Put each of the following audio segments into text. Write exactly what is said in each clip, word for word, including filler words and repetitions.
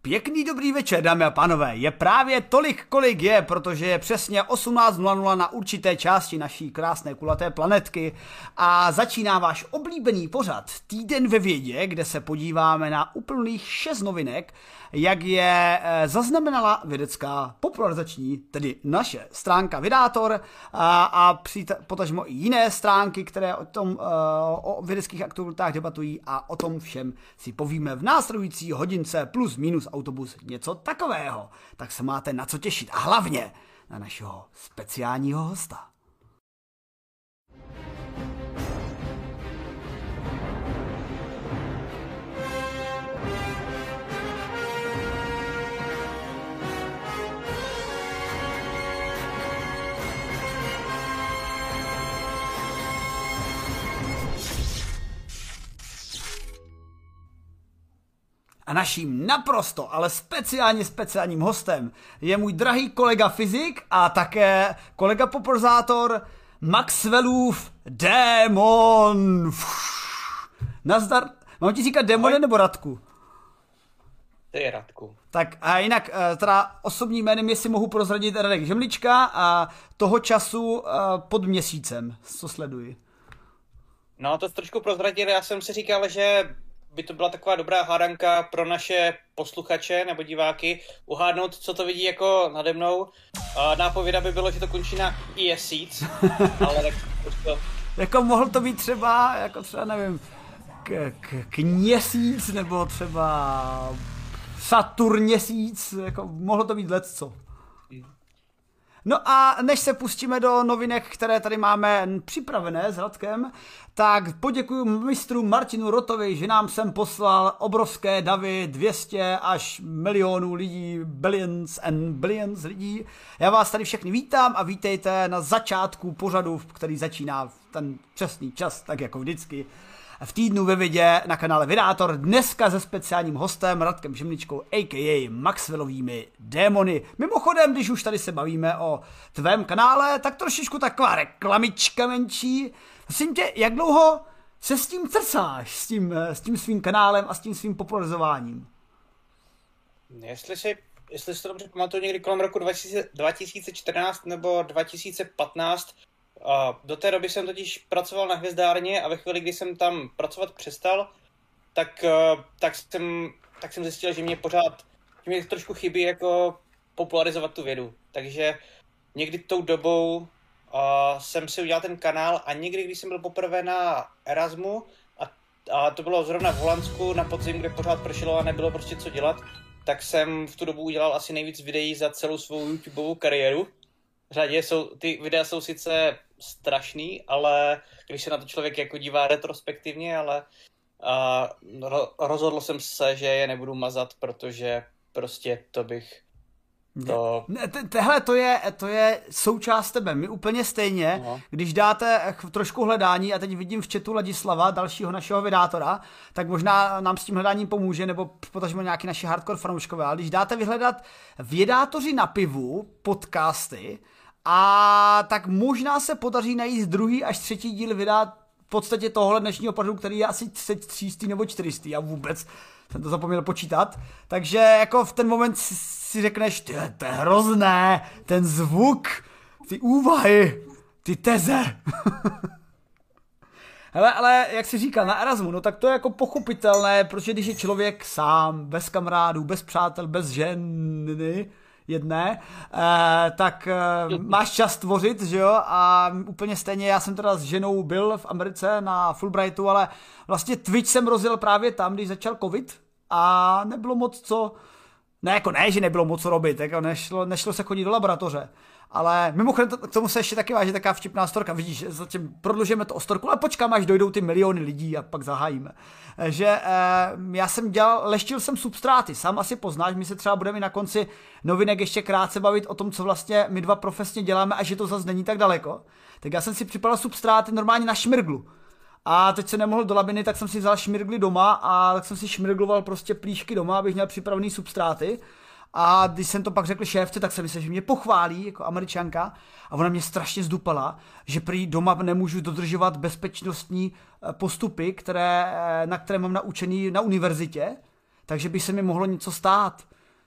Pěkný dobrý večer, dámy a pánové. Je právě tolik, kolik je, protože je přesně osmnáct nula nula na určité části naší krásné kulaté planetky a začíná váš oblíbený pořad Týden ve vědě, kde se podíváme na úplných šest novinek, jak je e, zaznamenala vědecká popularizační, tedy naše stránka Vydátor a, a přita, potažmo i jiné stránky, které o tom e, o vědeckých aktualitách debatují a o tom všem si povíme v následující hodince plus minus autobus, něco takového. Tak se máte na co těšit a hlavně na našeho speciálního hosta. A naším naprosto, ale speciálně speciálním hostem je můj drahý kolega fyzik a také kolega popularizátor Maxwellův démon. Nazdar. Mám ti říkat démone nebo Radku? To je Radku. Tak a jinak teda osobním jménem, jestli mohu prozradit, Radek Žemlička a toho času pod měsícem, co sleduji. No to trošku prozradil, já jsem si říkal, že by to byla taková dobrá hádanka pro naše posluchače nebo diváky uhádnout, co to vidí jako nade mnou. Nápověda by bylo, že to končí na měsíc, ale tak to... Jako mohl to být třeba, jako třeba nevím, k, k, k měsíc, nebo třeba Saturněsíc, jako mohlo to být lecco. No a než se pustíme do novinek, které tady máme připravené s Radkem, tak poděkuji mistru Martinu Rotovi, že nám sem poslal obrovské davy dvě stě až milionů lidí, billions and billions lidí. Já vás tady všechny vítám a vítejte na začátku pořadu, který začíná v ten přesný čas, tak jako vždycky. V týdnu ve vědě na kanále Vydátor, dneska se speciálním hostem Radkem Žemličkou, a k a. Maxwellovými démony. Mimochodem, když už tady se bavíme o tvém kanále, tak trošičku taková reklamička menší. Prosím tě, jak dlouho se s tím trcáš, s tím, s tím svým kanálem a s tím svým popularizováním? Jestli si, jestli si to dobře pamatuju, někdy kolem roku dva tisíce čtrnáct nebo dva tisíce patnáct, a do té doby jsem totiž pracoval na hvězdárně a ve chvíli, kdy jsem tam pracovat přestal, tak, tak, jsem, tak jsem zjistil, že mě pořád, že mě trošku chybí jako popularizovat tu vědu. Takže někdy tou dobou uh, jsem si udělal ten kanál a někdy, když jsem byl poprvé na Erasmu a, a to bylo zrovna v Holandsku na podzim, kde pořád pršelo a nebylo prostě co dělat, tak jsem v tu dobu udělal asi nejvíc videí za celou svou YouTubeovou kariéru. V řadě jsou, ty videa jsou sice strašný, ale když se na to člověk jako dívá retrospektivně, ale uh, ro, rozhodl jsem se, že je nebudu mazat, protože prostě to bych to... Tehle to je, to je součást tebe, my úplně stejně, no. Když dáte trošku hledání, a teď vidím v chatu Ladislava, dalšího našeho vydátora, tak možná nám s tím hledáním pomůže, nebo potažmo nějaký naši hardcore fanouškové, ale když dáte vyhledat Vědátoři na pivu, podcasty, a tak možná se podaří najít druhý až třetí díl videa v podstatě tohohle dnešního pořadu, který je asi tři nebo čtyři stý. Já vůbec jsem to zapomněl počítat. Takže jako v ten moment si, si řekneš, ty, to je hrozné, ten zvuk, ty úvahy, ty teze. Hele, ale jak si říkal, na Erasmu, no tak to je jako pochopitelné, protože když je člověk sám, bez kamarádů, bez přátel, bez ženy, jedné, eh, tak eh, máš čas tvořit, že jo, a úplně stejně já jsem teda s ženou byl v Americe na Fulbrightu, ale vlastně Twitch jsem rozjel právě tam, když začal covid a nebylo moc co, ne jako ne, že nebylo moc co robit, jako nešlo, nešlo se chodit do laboratoře. Ale mimochodem k tomu se ještě taky váží taková vtipná storka, vidíš, zatím prodlužujeme to o storku, ale počkám, až dojdou ty miliony lidí a pak zahájíme. Že eh, já jsem dělal, leštil jsem substráty, sám asi poznáš, my se třeba budeme na konci novinek ještě krátce bavit o tom, co vlastně my dva profesně děláme a že to zase není tak daleko. Tak já jsem si připadal substráty normálně na šmirglu. A teď se nemohl do labiny, tak jsem si vzal šmirgly doma a tak jsem si šmirgloval prostě plíšky doma, abych měl připravený substráty. A když jsem to pak řekl šéfce, tak jsem myslel, že mě pochválí jako Američanka a ona mě strašně zdupala, že prý doma nemůžu dodržovat bezpečnostní postupy, které, na které mám naučený na univerzitě, takže by se mi mohlo něco stát.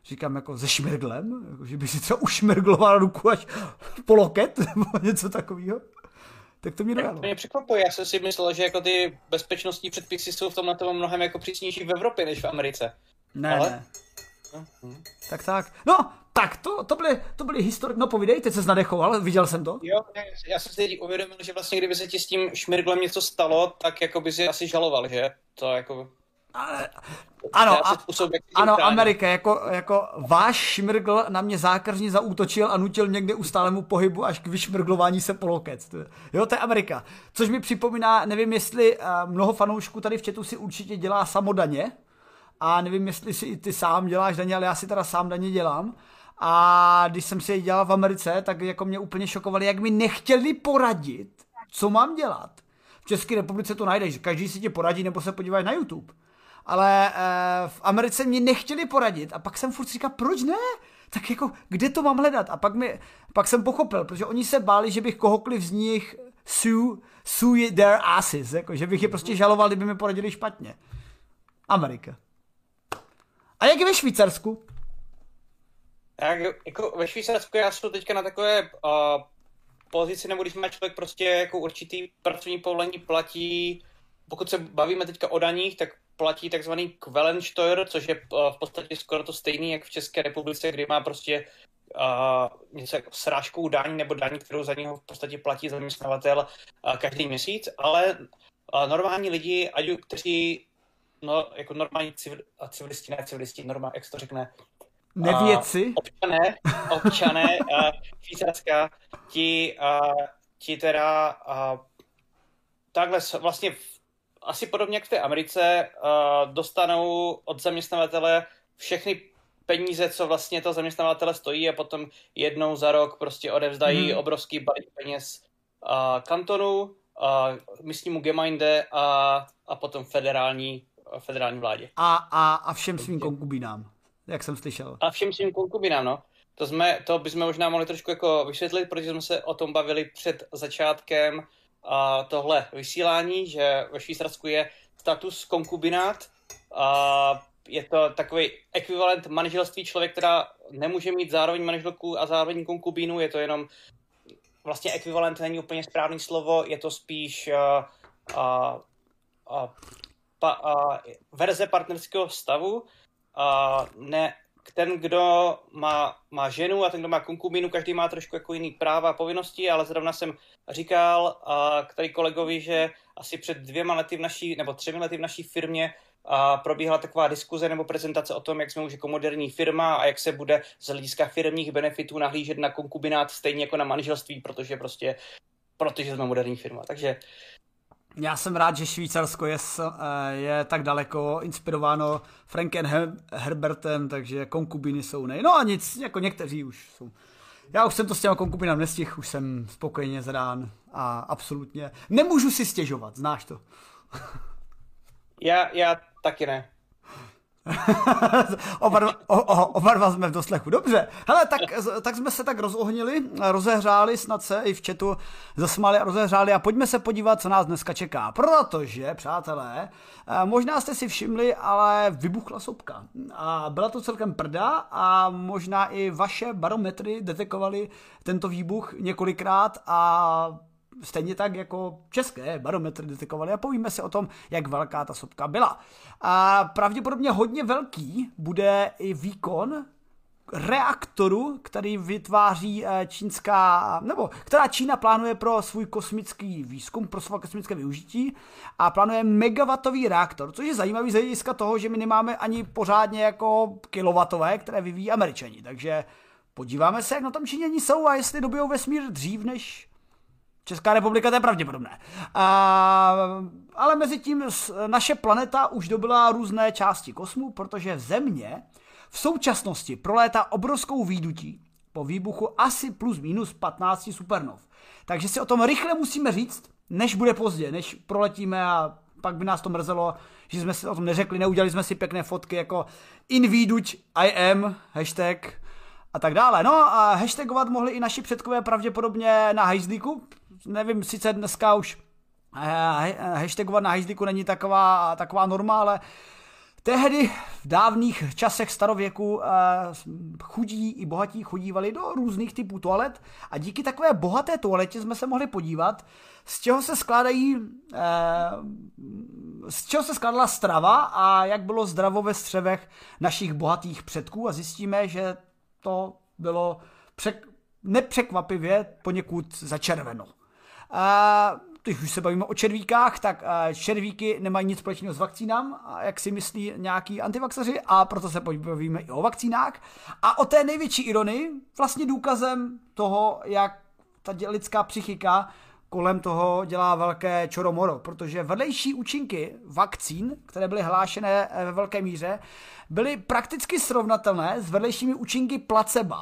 Říkám jako se šmirglem, jako, že by si třeba ušmirgloval ruku až po loket, nebo něco takového. Tak to mě dojalo. To mě překvapuje, já jsem si myslel, že jako ty bezpečnostní předpisy jsou v tomhle tom mnohem jako přísnější v Evropě než v Americe. Ne, Ale... ne. Uh-huh. Tak tak. No, tak to, to byly, to byly historie. No povídej, teď se znadechoval, viděl jsem to. Jo, já jsem si teď uvědomil, že vlastně kdyby se ti s tím šmirglem něco stalo, tak jako by si asi žaloval, že? To jako... Ale, ano, a, ano, Amerika, jako, jako váš šmirgl na mě zákazně zaútočil a nutil někde ustálému pohybu až k vyšmirglování se po loket. Jo, to je Amerika. Což mi připomíná, nevím, jestli uh, mnoho fanoušků tady v chatu si určitě dělá samodaně a nevím, jestli si i ty sám děláš daně, ale já si teda sám daně dělám. A když jsem si je dělal v Americe, tak jako mě úplně šokovali, jak mi nechtěli poradit, co mám dělat. V České republice to najdeš, každý si tě poradí nebo se podíváš na YouTube. Ale e, v Americe mě nechtěli poradit a pak jsem furt říkal, proč ne? Tak jako, kde to mám hledat? A pak, mi, pak jsem pochopil, protože oni se báli, že bych kohokoliv z nich sue, sue their asses, jako, že bych je prostě žaloval, kdyby mi poradili špatně. Amerika. A jak je ve Švýcarsku? Tak, jako ve Švýcarsku já jsem teďka na takové uh, pozici, nebo když má člověk prostě jako určitý pracovní povolení platí, pokud se bavíme teďka o daních, tak platí takzvaný Quellensteuer, což je uh, v podstatě skoro to stejný, jak v České republice, kdy má prostě uh, něco jako srážkovou daň nebo daň, kterou za něho v podstatě platí zaměstnavatel uh, každý měsíc, ale uh, normální lidi, ať kteří, no, jako normální civil, civilisti, ne civilisti, normální, jak se to řekne, nevěci? Uh, občané, občané uh, Švýcarska, ti, uh, ti teda uh, takhle vlastně v, asi podobně jak v té Americe uh, dostanou od zaměstnavatele všechny peníze, co vlastně to zaměstnavatele stojí a potom jednou za rok prostě odevzdají hmm. obrovský balík peněz uh, kantonu, uh, místnímu Gemeinde a, a potom federální, uh, federální vládě. A, a, a všem svým konkubinám. Jak jsem slyšel. A všem svým konkubinám, no. To, jsme, to bychom možná mohli trošku jako vysvětlit, protože jsme se o tom bavili před začátkem a tohle vysílání, že ve Švýcarsku je status konkubinát. A je to takový ekvivalent manželství, člověk, která nemůže mít zároveň manželku a zároveň konkubínu, je to jenom vlastně ekvivalent, není úplně správný slovo, je to spíš a, a, a, pa, a, verze partnerského stavu. Uh, ne, ten, kdo má, má ženu a ten, kdo má konkubínu, každý má trošku jako jiný práva a povinnosti, ale zrovna jsem říkal uh, k tady kolegovi, že asi před dvěma lety v naší, nebo třemi lety v naší firmě uh, probíhala taková diskuze nebo prezentace o tom, jak jsme už jako moderní firma a jak se bude z hlediska firmních benefitů nahlížet na konkubinát stejně jako na manželství, protože prostě, protože jsme moderní firma. Takže já jsem rád, že Švýcarsko je, je tak daleko inspirováno Frankem Herbertem, takže konkubiny jsou nej. No a nic, jako někteří už jsou. Já už jsem to s těma konkubinám nestihl, už jsem spokojeně zrán a absolutně nemůžu si stěžovat, znáš to. Já, já taky ne. oba, dva, o, o, oba dva jsme v doslechu. Dobře, hele, tak, tak jsme se tak rozohnili, rozehřáli, snad se i v chatu zasmáli a rozehřáli a pojďme se podívat, co nás dneska čeká. Protože, přátelé, možná jste si všimli, ale vybuchla sopka. A byla to celkem prda a možná i vaše barometry detekovaly tento výbuch několikrát a stejně tak jako české barometry detekovaly a povíme si o tom, jak velká ta sopka byla. A pravděpodobně hodně velký bude i výkon reaktoru, který vytváří čínská, nebo která Čína plánuje pro svůj kosmický výzkum, pro své kosmické využití a plánuje megawatový reaktor, což je zajímavý z hlediska toho, že my nemáme ani pořádně jako kilowatové, které vyvíjí Američani. Takže podíváme se, jak na tom Číňani jsou a jestli dobijou vesmír dřív než Česká republika, to je pravděpodobné. A, ale mezi tím naše planeta už dobila různé části kosmu, protože Země v současnosti prolétá obrovskou výdutí po výbuchu asi plus minus patnáct supernov. Takže si o tom rychle musíme říct, než bude pozdě, než proletíme a pak by nás to mrzelo, že jsme si o tom neřekli, neudělali jsme si pěkné fotky jako in výduť I am, hashtag a tak dále. No a hashtagovat mohli i naši předkové pravděpodobně na hajzlíku. Nevím, sice dneska už hashtagovat na hajzlíku není taková, taková norma, ale Tehdy v dávných časech starověku chudí i bohatí chodívali do různých typů toalet a díky takové bohaté toaletě jsme se mohli podívat, z čeho se skládají, z čeho se skládala strava a jak bylo zdravo ve střevech našich bohatých předků a zjistíme, že to bylo přek, nepřekvapivě poněkud začerveno. Když už se bavíme o červíkách, tak červíky nemají nic společného s vakcínám, jak si myslí nějaký antivaxeři, a proto se bavíme i o vakcínách. A o té největší ironii, vlastně důkazem toho, jak ta lidská psychika kolem toho dělá velké čoromoro, protože vedlejší účinky vakcín, které byly hlášené ve velké míře, byly prakticky srovnatelné s vedlejšími účinky placebo.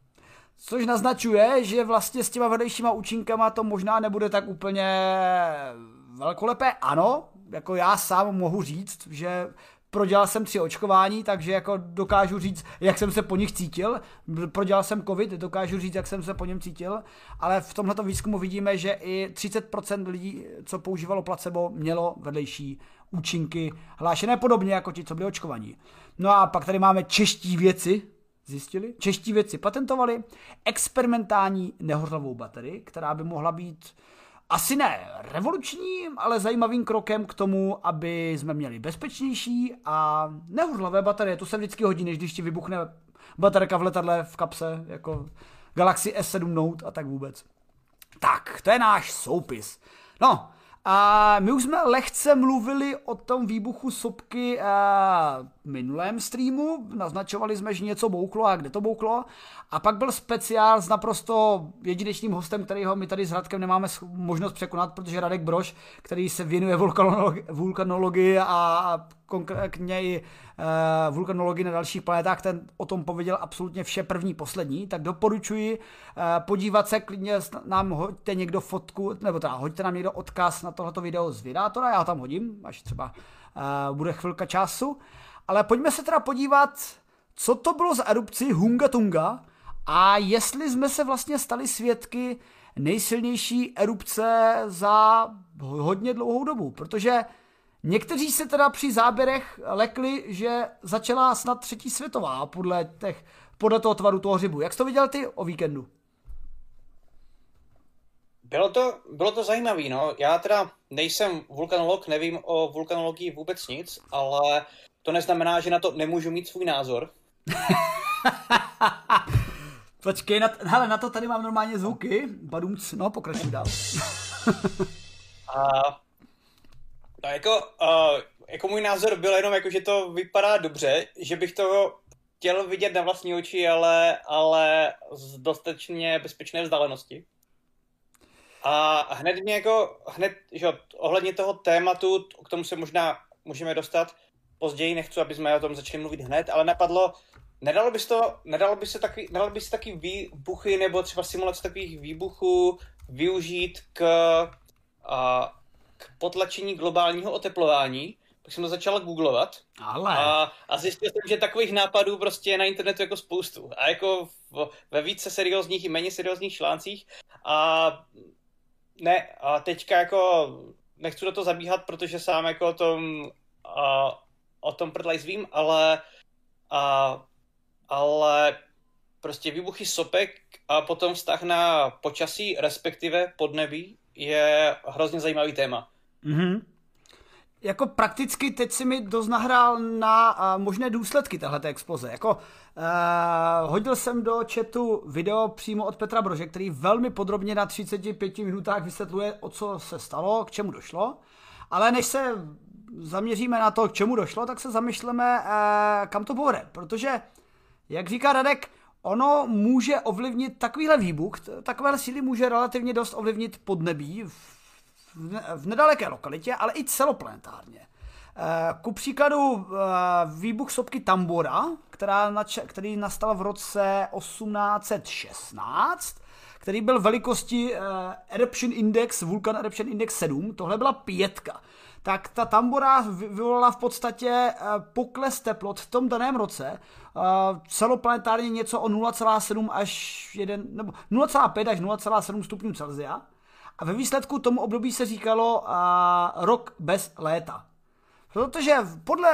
Což naznačuje, že vlastně s těma vedlejšíma účinkama to možná nebude tak úplně velkolepé. Ano, jako já sám mohu říct, že prodělal jsem tři očkování, takže jako dokážu říct, jak jsem se po nich cítil. Prodělal jsem covid, dokážu říct, jak jsem se po něm cítil, ale v tomhleto výzkumu vidíme, že i třicet procent lidí, co používalo placebo, mělo vedlejší účinky hlášené podobně jako ti, co byli očkovaní. No a pak tady máme čeští věci, zjistili, čeští vědci patentovali experimentální nehořlavou baterii, která by mohla být asi ne revolučním, ale zajímavým krokem k tomu, aby jsme měli bezpečnější a nehořlavé baterie. To se vždycky hodí, než když ti vybuchne baterka v letadle v kapse, jako Galaxy S sedm Note a tak vůbec. Tak, to je náš soupis. No, a my už jsme lehce mluvili o tom výbuchu sopky v minulém streamu, naznačovali jsme, že něco bouklo a kde to bouklo. A pak byl speciál s naprosto jedinečným hostem, kterýho my tady s Radkem nemáme možnost překonat, protože Radek Brož, který se věnuje vulkanologi- vulkanologii a konkrétně i uh, vulkanologii na dalších planetách, ten o tom pověděl absolutně vše první, poslední, tak doporučuji uh, podívat se, klidně nám hoďte někdo fotku, nebo teda hoďte nám někdo odkaz na tohleto video z Videátora, já ho tam hodím, až třeba uh, bude chvilka času. Ale pojďme se teda podívat, co to bylo za erupci Hunga Tunga a jestli jsme se vlastně stali svědky nejsilnější erupce za hodně dlouhou dobu, protože někteří se teda při záběrech lekli, že začala snad třetí světová podle, těch, podle toho tvaru toho hřibu. Jak jsi to viděl ty o víkendu? Bylo to, bylo to zajímavé, no. Já teda nejsem vulkanolog, nevím o vulkanologii vůbec nic, ale to neznamená, že na to nemůžu mít svůj názor. Počkej, na, t- hele, na to tady mám normálně zvuky. Badumc, no, pokračuj dál. A, no jako, uh, jako můj názor byl jenom jako, že to vypadá dobře, že bych to chtěl vidět na vlastní oči, ale, ale z dostatečně bezpečné vzdálenosti. A hned mě jako, hned, že ohledně toho tématu, k tomu se možná můžeme dostat později, nechci, aby jsme o tom začali mluvit hned, ale napadlo, nedalo by se to, nedalo by se taky, nedalo by se taky výbuchy nebo třeba simulace takových výbuchů využít k, a, k potlačení globálního oteplování. Tak jsem to začal googlovat. Ale. A, a zjistil jsem, že takových nápadů prostě je na internetu jako spoustu. A jako v, ve více seriózních i méně seriózních článcích. A ne, a teďka jako nechci do toho zabíhat, protože sám jako o tom, a, o tom prdlaj zvím, ale, a, ale prostě výbuchy sopek a potom vztah na počasí, respektive podnebí, je hrozně zajímavý téma. Mhm. Jako prakticky teď si mi dost nahrál na uh, možné důsledky téhleté exploze. Jako uh, hodil jsem do chatu video přímo od Petra Brože, který velmi podrobně na třiceti pěti minutách vysvětluje, o co se stalo, k čemu došlo. Ale než se zaměříme na to, k čemu došlo, tak se zamyšleme, uh, kam to povede. Protože, jak říká Radek, ono může ovlivnit takovýhle výbuch, takovéhle síly může relativně dost ovlivnit podnebí v v nedaleké lokalitě, ale i celoplanetárně. Ku příkladu výbuch sopky Tambora, která nač- který nastal v roce osmnáct set šestnáct, který byl velikosti Eruption Index, Vulcan Eruption Index sedm, tohle byla pětka. Tak ta Tambora vyvolala v podstatě pokles teplot v tom daném roce celoplanetárně něco o nula celá sedm až jedna, nebo nula celá pět až nula celá sedm stupňů Celsia. A ve výsledku tomu období se říkalo uh, rok bez léta. Protože podle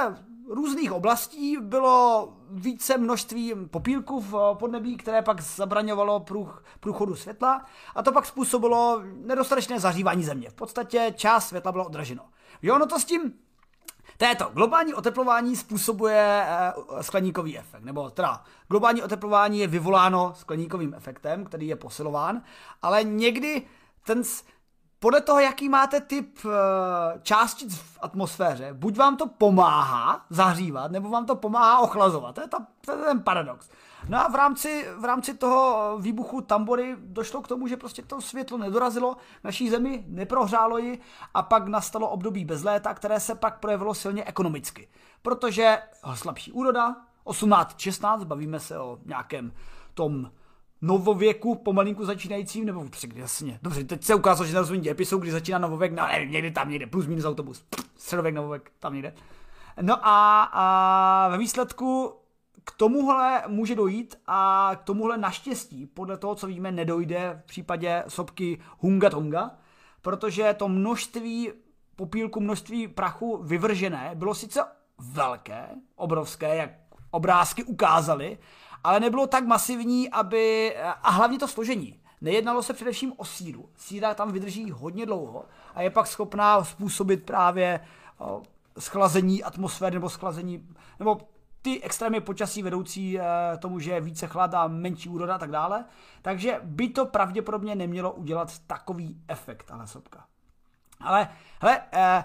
různých oblastí bylo více množství popílků v podnebí, které pak zabraňovalo průch, průchodu světla a to pak způsobilo nedostatečné zahřívání země. V podstatě část světla bylo odraženo. Jo, no to s tím, této globální oteplování způsobuje skleníkový efekt, nebo teda globální oteplování je vyvoláno skleníkovým efektem, který je posilován, ale někdy ten podle toho, jaký máte typ částic v atmosféře, buď vám to pomáhá zahřívat, nebo vám to pomáhá ochlazovat. To je, ta, to je ten paradox. No a v rámci, v rámci toho výbuchu Tambory došlo k tomu, že prostě to světlo nedorazilo naší zemi, neprohřálo ji a pak nastalo období bez léta, které se pak projevilo silně ekonomicky. Protože slabší úroda, osmnáct šestnáct, bavíme se o nějakém tom novověku, pomalinku začínajícím, nebo jasně. Dobře, teď se ukázalo, že na rozumím dějepisu, kdy začíná novověk, no nevím, někdy tam někde, plus minus autobus, středověk, novověk, tam někde. No a, a ve výsledku k tomuhle může dojít a k tomuhle naštěstí, podle toho, co víme, nedojde v případě sopky Hunga Tonga, protože to množství popílku, množství prachu vyvržené bylo sice velké, obrovské, jak obrázky ukázaly, ale nebylo tak masivní, aby... A hlavně to složení. Nejednalo se především o síru. Síra tam vydrží hodně dlouho a je pak schopná způsobit právě o, schlazení atmosféry nebo schlazení... Nebo ty extrémy počasí vedoucí e, tomu, že je více chlad a menší úroda a tak dále. Takže by to pravděpodobně nemělo udělat takový efekt, tahle sopka. Ale, hele, e, e,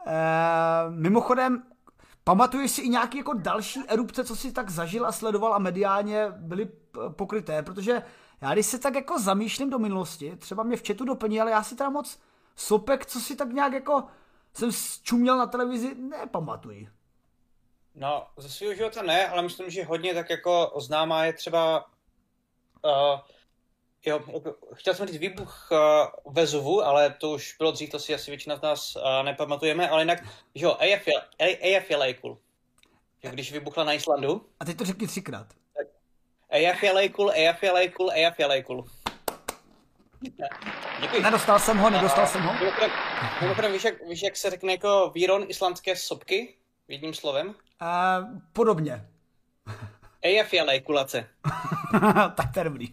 mimochodem, pamatuješ si i nějaké jako další erupce, co jsi tak zažil a sledoval a mediálně byly pokryté, protože já když se tak jako zamýšlím do minulosti, třeba mě v chatu doplní, ale já si teda moc sopek, co si tak nějak jako jsem čuměl na televizi, nepamatuji. No, ze svého života ne, ale myslím, že hodně tak jako známá je třeba uh, jo, chtěl jsem říct výbuch uh, Vezuvu, ale to už bylo dřív, to si asi většina z nás uh, nepamatujeme, ale jinak, že jo, Eyjafjallajökull, když vybuchla na Islandu. A teď to řekni třikrát. Eyjafjallajökull, Eyjafjallajökull, Eyjafjallajökull. Děkuji. Nedostal jsem ho, nedostal jsem ho. Mimochodem, mimochodem víš, jak, víš, jak se řekne jako výron islandské sopky? Jedním slovem? Uh, podobně. Eyjafjallajökullace. Tak to je dobrý.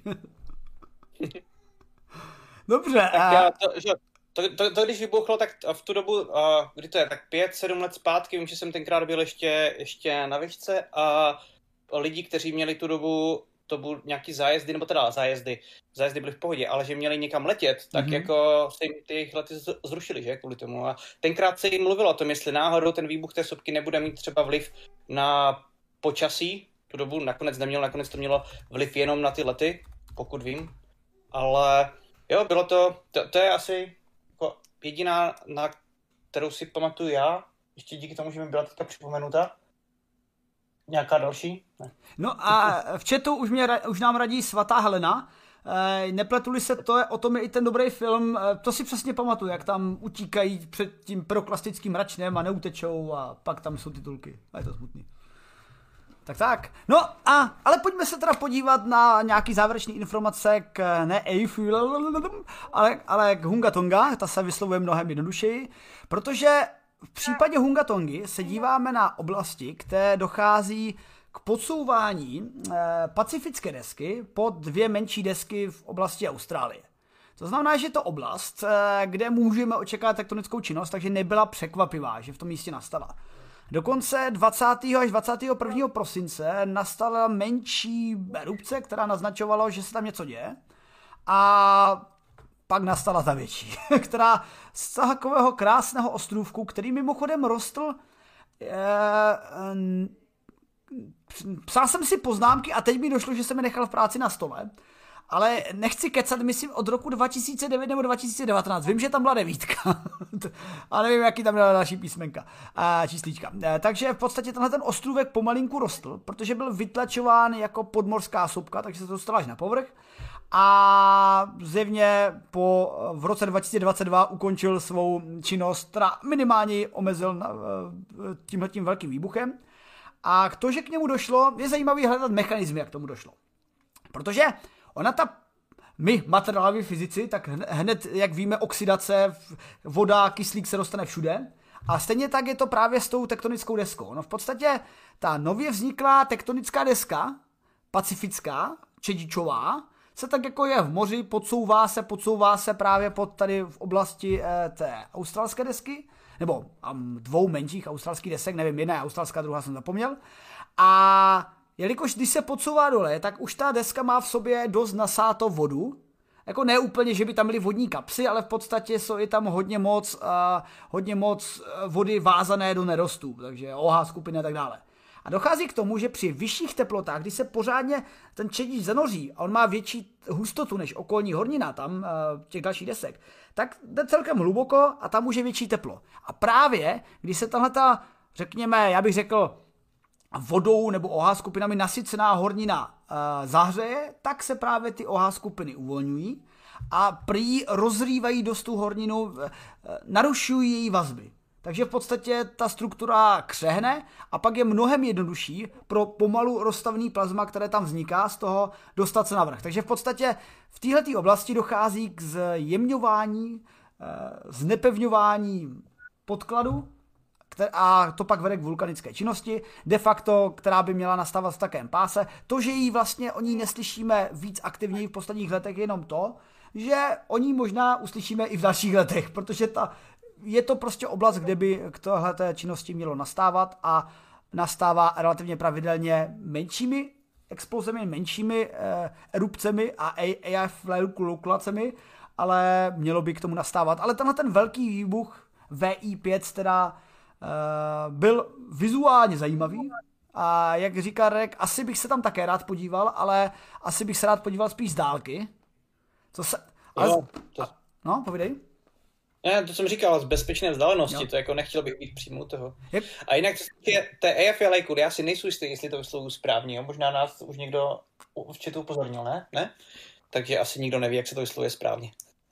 Dobře. Tak já, to, že, to, to, to, když vybuchlo, tak v tu dobu, uh, kdy to je, tak pět, sedm let zpátky, vím, že jsem tenkrát byl ještě, ještě na výšce a lidi, kteří měli tu dobu, to byl nějaký zájezdy, nebo teda zájezdy, zájezdy byly v pohodě, ale že měli někam letět, tak mm-hmm. jako se jim ty jejich lety zrušily, že, kvůli tomu. A tenkrát se jim mluvilo o tom, jestli náhodou ten výbuch té sopky nebude mít třeba vliv na počasí, tu dobu nakonec nemělo, nakonec to mělo vliv jenom na ty lety, pokud vím. Ale jo, bylo to, to, to je asi jako jediná, na kterou si pamatuju já, ještě díky tomu, že mi byla teďka připomenuta. Nějaká další? Ne. No a v chatu už, mě, už nám radí svatá Helena, e, nepletuli se, to je, o tom je i ten dobrý film, e, to si přesně pamatuju, jak tam utíkají před tím pyroklastickým mračnem a neutečou a pak tam jsou titulky, a je to smutný. Tak tak. No a, ale pojďme se teda podívat na nějaký závěrečný informace k ne Eyjafjallajökull, ale, ale k Hunga Tonga, ta se vyslovuje mnohem jednodušeji, protože v případě Hunga Tongy se díváme na oblasti, které dochází k podsouvání eh, pacifické desky pod dvě menší desky v oblasti Austrálie. To znamená, že je to oblast, eh, kde můžeme očekávat tektonickou činnost, takže nebyla překvapivá, že v tom místě nastala. Dokonce dvacátého až dvacátého prvního prosince nastala menší erupce, která naznačovala, že se tam něco děje. A pak nastala ta větší, která z takového krásného ostrůvku, který mimochodem rostl, je, psal jsem si poznámky a teď mi došlo, že jsem je nechal v práci na stole, ale nechci kecat, myslím od roku dva tisíce devět nebo dva tisíce devatenáct, vím, že tam byla devítka, a nevím, jaký tam byla další písmenka a číslíčka. Takže v podstatě tenhle ten ostrůvek pomalinku rostl, protože byl vytlačován jako podmořská sopka, takže se to dostalo až na povrch. A zjevně po, v roce dva tisíce dvacet dva ukončil svou činnost, která minimálně ji omezil na, tímhletím velkým výbuchem. A to, že k němu došlo, je zajímavý hledat mechanizmy, jak tomu došlo. Protože ona ta, my materiáloví fyzici, tak hned, jak víme, oxidace, voda, kyslík se dostane všude. A stejně tak je to právě s tou tektonickou deskou. No v podstatě ta nově vzniklá tektonická deska, pacifická, čedičová, se tak jako je v moři, podsouvá se, podsouvá se právě pod tady v oblasti eh, té australské desky, nebo um, dvou menších australských desek, nevím, jedna je australská, druhá jsem zapomněl. A jelikož když se podsouvá dole, tak už ta deska má v sobě dost nasáto vodu. Jako ne úplně, že by tam byly vodní kapsy, ale v podstatě jsou i tam hodně moc, uh, hodně moc vody vázané do nerostů, takže O H skupiny a tak dále. A dochází k tomu, že při vyšších teplotách, když se pořádně ten čedič zanoří a on má větší hustotu než okolní hornina tam těch dalších desek, tak jde celkem hluboko a tam už je větší teplo. A právě, když se tahle ta, řekněme, já bych řekl, vodou nebo O H skupinami nasycená hornina e, zahřeje, tak se právě ty O H skupiny uvolňují a prý rozrývají dost tu horninu, e, narušují její vazby. Takže v podstatě ta struktura křehne a pak je mnohem jednodušší pro pomalu rozstavený plazma, které tam vzniká, z toho dostat se navrch. Takže v podstatě v této oblasti dochází k zjemňování, znepevňování podkladu a to pak vede k vulkanické činnosti, de facto, která by měla nastávat v takém páse. To, že ji vlastně o ní neslyšíme víc aktivněji v posledních letech, je jenom to, že o ní možná uslyšíme i v dalších letech, protože ta je to prostě oblast, kde by k tohleté činnosti mělo nastávat a nastává relativně pravidelně menšími explozemi, menšími eh, erupcemi a A F fluktuacemi, ale mělo by k tomu nastávat. Ale tenhle ten velký výbuch V I pět teda eh, byl vizuálně zajímavý a jak říká Rek, asi bych se tam také rád podíval, ale asi bych se rád podíval spíš z dálky. Co se... Ale... No, to... no, povídej. Ne, to jsem říkal, z bezpečné vzdálenosti, jo. To jako nechtěl bych být přímo toho. Yep. A jinak té A F Lakewood, já si nejsou jistý, jestli to vyslovuju správně, jo? Možná nás už někdo určitě upozornil, ne? Ne? Takže asi nikdo neví, jak se to vyslovuje správně.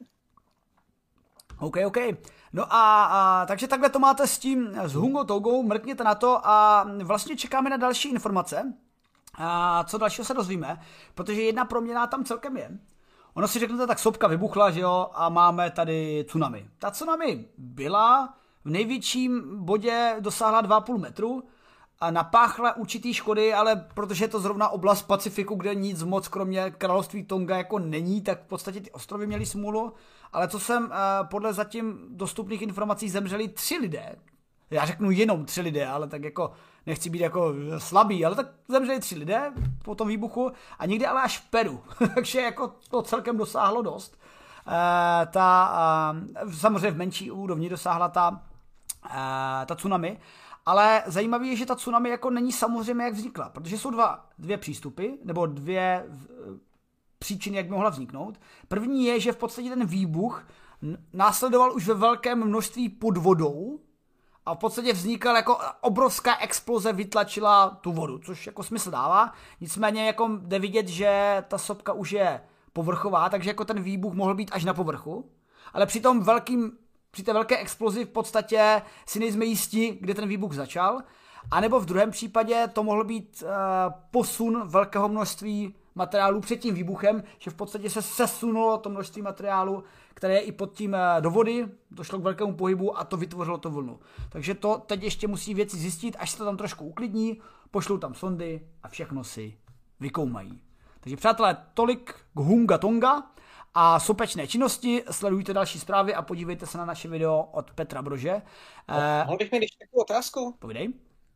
OK, OK. No a, a takže takhle to máte s tím, s Hungo Togou, mrkněte na to a vlastně čekáme na další informace. A co dalšího se dozvíme, protože jedna proměna tam celkem je. Ono si řeknete, tak sopka vybuchla, že jo, a máme tady tsunami. Ta tsunami byla v největším bodě dosáhla dva a půl metru a napáchla určitý škody, ale protože je to zrovna oblast Pacifiku, kde nic moc kromě království Tonga jako není, tak v podstatě ty ostrovy měly smůlu. Ale co jsem podle zatím dostupných informací zemřeli tři lidé. Já řeknu jenom tři lidé, ale tak jako nechci být jako slabý, ale tak zemřeli tři lidé po tom výbuchu a někdy ale až v Peru, takže jako to celkem dosáhlo dost. E, ta, e, samozřejmě v menší úrovni dosáhla ta, e, ta tsunami, ale zajímavé je, že ta tsunami jako není samozřejmě jak vznikla, protože jsou dva, dvě přístupy, nebo dvě příčiny, jak by mohla vzniknout. První je, že v podstatě ten výbuch následoval už ve velkém množství pod vodou, a v podstatě vznikla jako obrovská exploze, vytlačila tu vodu, což jako smysl dává. Nicméně jako jde vidět, že ta sopka už je povrchová, takže jako ten výbuch mohl být až na povrchu. Ale při tom velkým, při té velké explozi v podstatě si nejsme jistí, kde ten výbuch začal. A nebo v druhém případě to mohl být uh, posun velkého množství materiálu před tím výbuchem, že v podstatě se sesunulo to množství materiálu, které je i pod tím do vody, došlo k velkému pohybu a to vytvořilo to vlnu. Takže to teď ještě musí věci zjistit, až se to tam trošku uklidní, pošlou tam sondy a všechno si vykoumají. Takže přátelé, tolik k Hunga Tonga a sopečné činnosti, sledujte další zprávy a podívejte se na naše video od Petra Brože. No, mohl bych mít ještě takovou otázku? Povídej.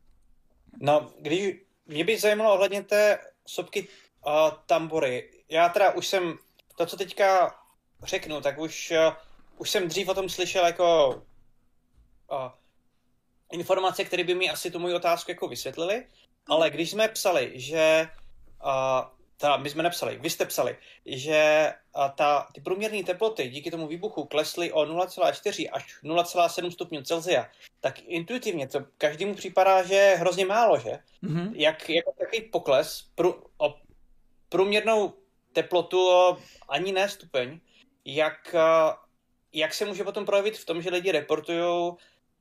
No, když mě by zajímalo ohledně té sopky uh, Tambory. Já teda už jsem, to co teďka řeknu, tak už, uh, už jsem dřív o tom slyšel jako uh, informace, které by mi asi tu moji otázku jako vysvětlili, ale když jsme psali, že uh, ta, my jsme nepsali, vy jste psali, že uh, ta, ty průměrné teploty díky tomu výbuchu klesly o nula celá čtyři až nula celá sedm stupňů Celsia, tak intuitivně to každému připadá, že je hrozně málo, že? Mm-hmm. Jak, jako takový pokles prů, o průměrnou teplotu o ani ne stupeň, jak, uh, jak se může potom projevit v tom, že lidi reportují uh,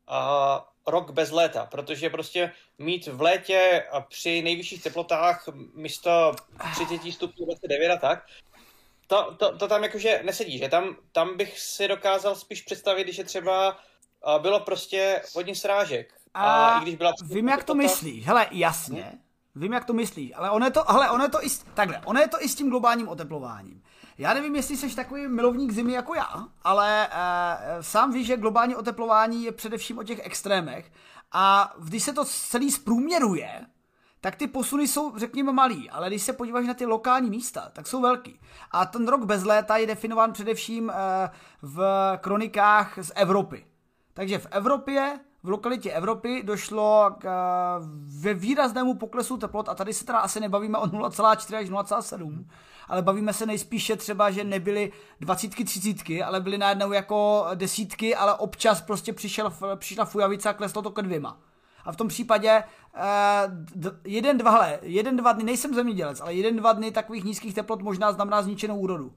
rok bez léta, protože prostě mít v létě při nejvyšších teplotách místo třicet stupňů dvacet devět a tak, to, to, to tam jakože nesedí, že tam, tam bych si dokázal spíš představit, když je třeba bylo prostě hodně srážek. A, a i když byla vím, jak to myslíš. Hele, jasně. Hmm? Vím, jak to myslíš, ale ono je to, hele, ono je to i, takhle, ono je to i s tím globálním oteplováním. Já nevím, jestli jsi takový milovník zimy jako já, ale e, sám víš, že globální oteplování je především o těch extrémech a když se to celý zprůměruje, tak ty posuny jsou, řekněme, malý, ale když se podíváš na ty lokální místa, tak jsou velký. A ten rok bez léta je definován především e, v kronikách z Evropy. Takže v Evropě, v lokalitě Evropy došlo k ve výraznému poklesu teplot a tady se teda asi nebavíme o nula celá čtyři až nula celá sedm, ale bavíme se nejspíše třeba, že nebyly dvacítky, třicítky, ale byly najednou jako desítky, ale občas prostě přišel, přišla fujavice a kleslo to ke dvěma. A v tom případě jeden, dva, hele, jeden, dva dny, nejsem zemědělec, ale jeden, dva dny takových nízkých teplot možná znamená zničenou úrodu.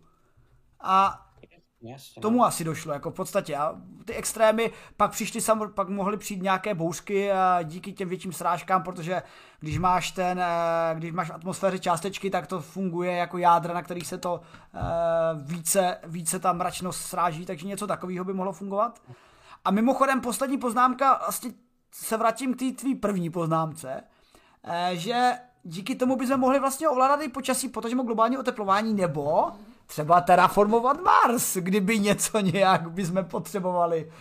A Jasně, tomu no. asi došlo, jako v podstatě. A ty extrémy pak přišly, sam, pak mohly přijít nějaké bouřky a díky těm větším srážkám, protože když máš ten, když máš v atmosféře částečky, tak to funguje jako jádra, na kterých se to více, více ta mračnost sráží, takže něco takového by mohlo fungovat. A mimochodem poslední poznámka, vlastně se vrátím k té tvý první poznámce, že díky tomu bychom mohli vlastně ovládat i počasí, protože má globální oteplování, nebo třeba terraformovat Mars, kdyby něco nějak bychom potřebovali.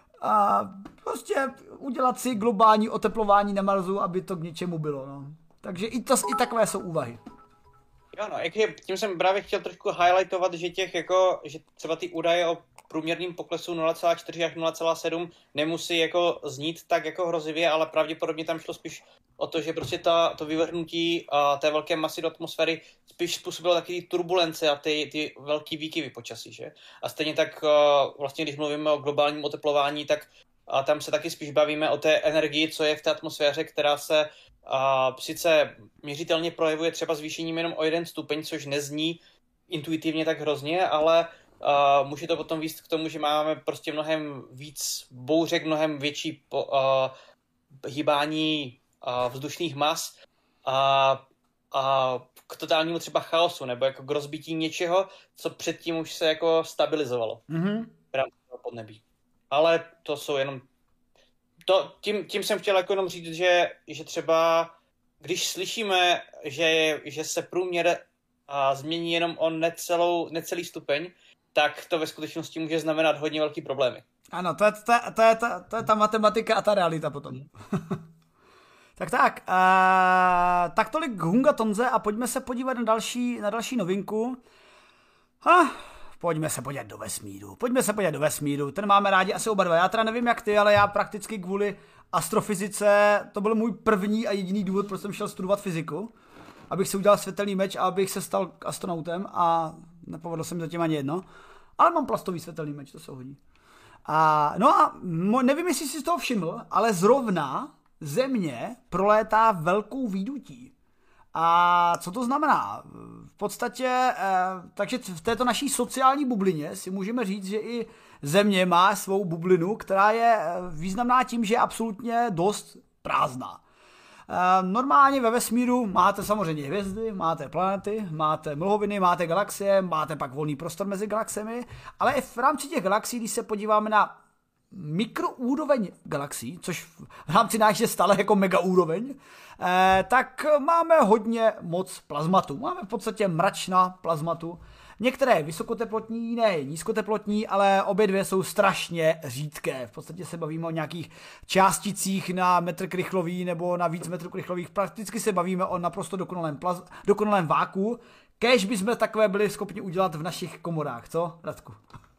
A prostě udělat si globální oteplování na Marsu, aby to k něčemu bylo. No. Takže i, to, i takové jsou úvahy. Jo, no, jak je, tím jsem právě chtěl trošku highlightovat, že těch jako, že třeba ty údaje o průměrným poklesu nula celá čtyři až nula celá sedm nemusí jako znít tak jako hrozivě, ale pravděpodobně tam šlo spíš o to, že prostě ta, to vyvrhnutí a té velké masy do atmosféry spíš způsobilo taky turbulence a ty, ty velký výkyvy počasí, že? A stejně tak vlastně, když mluvíme o globálním oteplování, tak a tam se taky spíš bavíme o té energii, co je v té atmosféře, která se a, sice měřitelně projevuje třeba zvýšením jenom o jeden stupeň, což nezní intuitivně tak hrozně, ale a, může to potom vést k tomu, že máme prostě mnohem víc bouřek, mnohem větší po, a, hýbání a, vzdušných mas a, a k totálnímu třeba chaosu, nebo jako k rozbití něčeho, co předtím už se jako stabilizovalo. Mm-hmm. Podnebí. Ale to jsou jenom... To, tím, tím jsem chtěl jako jenom říct, že, že třeba když slyšíme, že, že se průměr a, změní jenom o necelou, necelý stupeň, tak to ve skutečnosti může znamenat hodně velký problémy. Ano, to je, to, je, to, je, to, je, to je ta matematika a ta realita potom. tak tak, uh, tak tolik k Hunga Tonze a pojďme se podívat na další, na další novinku. Ha, pojďme se podívat do vesmíru. Pojďme se podívat do vesmíru. Ten máme rádi asi oba dva. Já teda nevím jak ty, ale já prakticky kvůli astrofyzice, to byl můj první a jediný důvod, proč jsem šel studovat fyziku. Abych si udělal světelný meč a abych se stal astronautem a nepovedl jsem zatím ani jedno. Ale mám plastový světelný meč, to se hodí. A, no a mo, nevím, jestli jsi z toho všiml, ale zrovna Země prolétá velkou výdutí. A co to znamená? V podstatě, eh, takže v této naší sociální bublině si můžeme říct, že i Země má svou bublinu, která je významná tím, že je absolutně dost prázdná. Eh, normálně ve vesmíru máte samozřejmě hvězdy, máte planety, máte mlhoviny, máte galaxie, máte pak volný prostor mezi galaxiemi, ale i v rámci těch galaxií, když se podíváme na mikroúroveň galaxií, což v rámci náš je stále jako megaúroveň, eh, tak máme hodně moc plazmatu. Máme v podstatě mračna plazmatu. Některé vysokoteplotní, jiné nízkoteplotní, ale obě dvě jsou strašně řídké. V podstatě se bavíme o nějakých částicích na metr krychlový nebo na víc metrů krychlových. Prakticky se bavíme o naprosto dokonalém, plaz- dokonalém váku. Kéž bychom takové byli schopni udělat v našich komorách, co, Radku?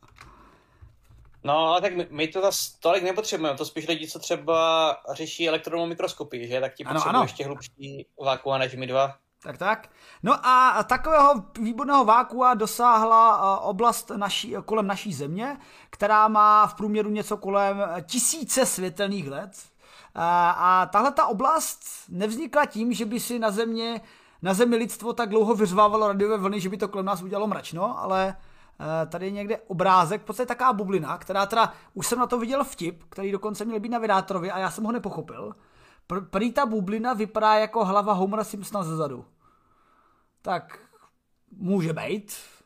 No, ale tak my, my to zase tolik nepotřebujeme, to spíš lidi, co třeba řeší elektronovou mikroskopii, že? Tak ti potřebují ještě hlubší vákua než my dva. Tak, tak. No a takového výborného vákua dosáhla oblast naší, kolem naší Země, která má v průměru něco kolem tisíce světelných let. A, a tahle ta oblast nevznikla tím, že by si na Země, na Zemi lidstvo tak dlouho vyřvávalo radiové vlny, že by to kolem nás udělalo mračno, ale tady je někde obrázek, v podstatě taková bublina, která teda, už jsem na to viděl vtip, který dokonce měl být na Vydátorovi a já jsem ho nepochopil. Pr- prý ta bublina vypadá jako hlava Homera Simpsona zezadu. Tak může být.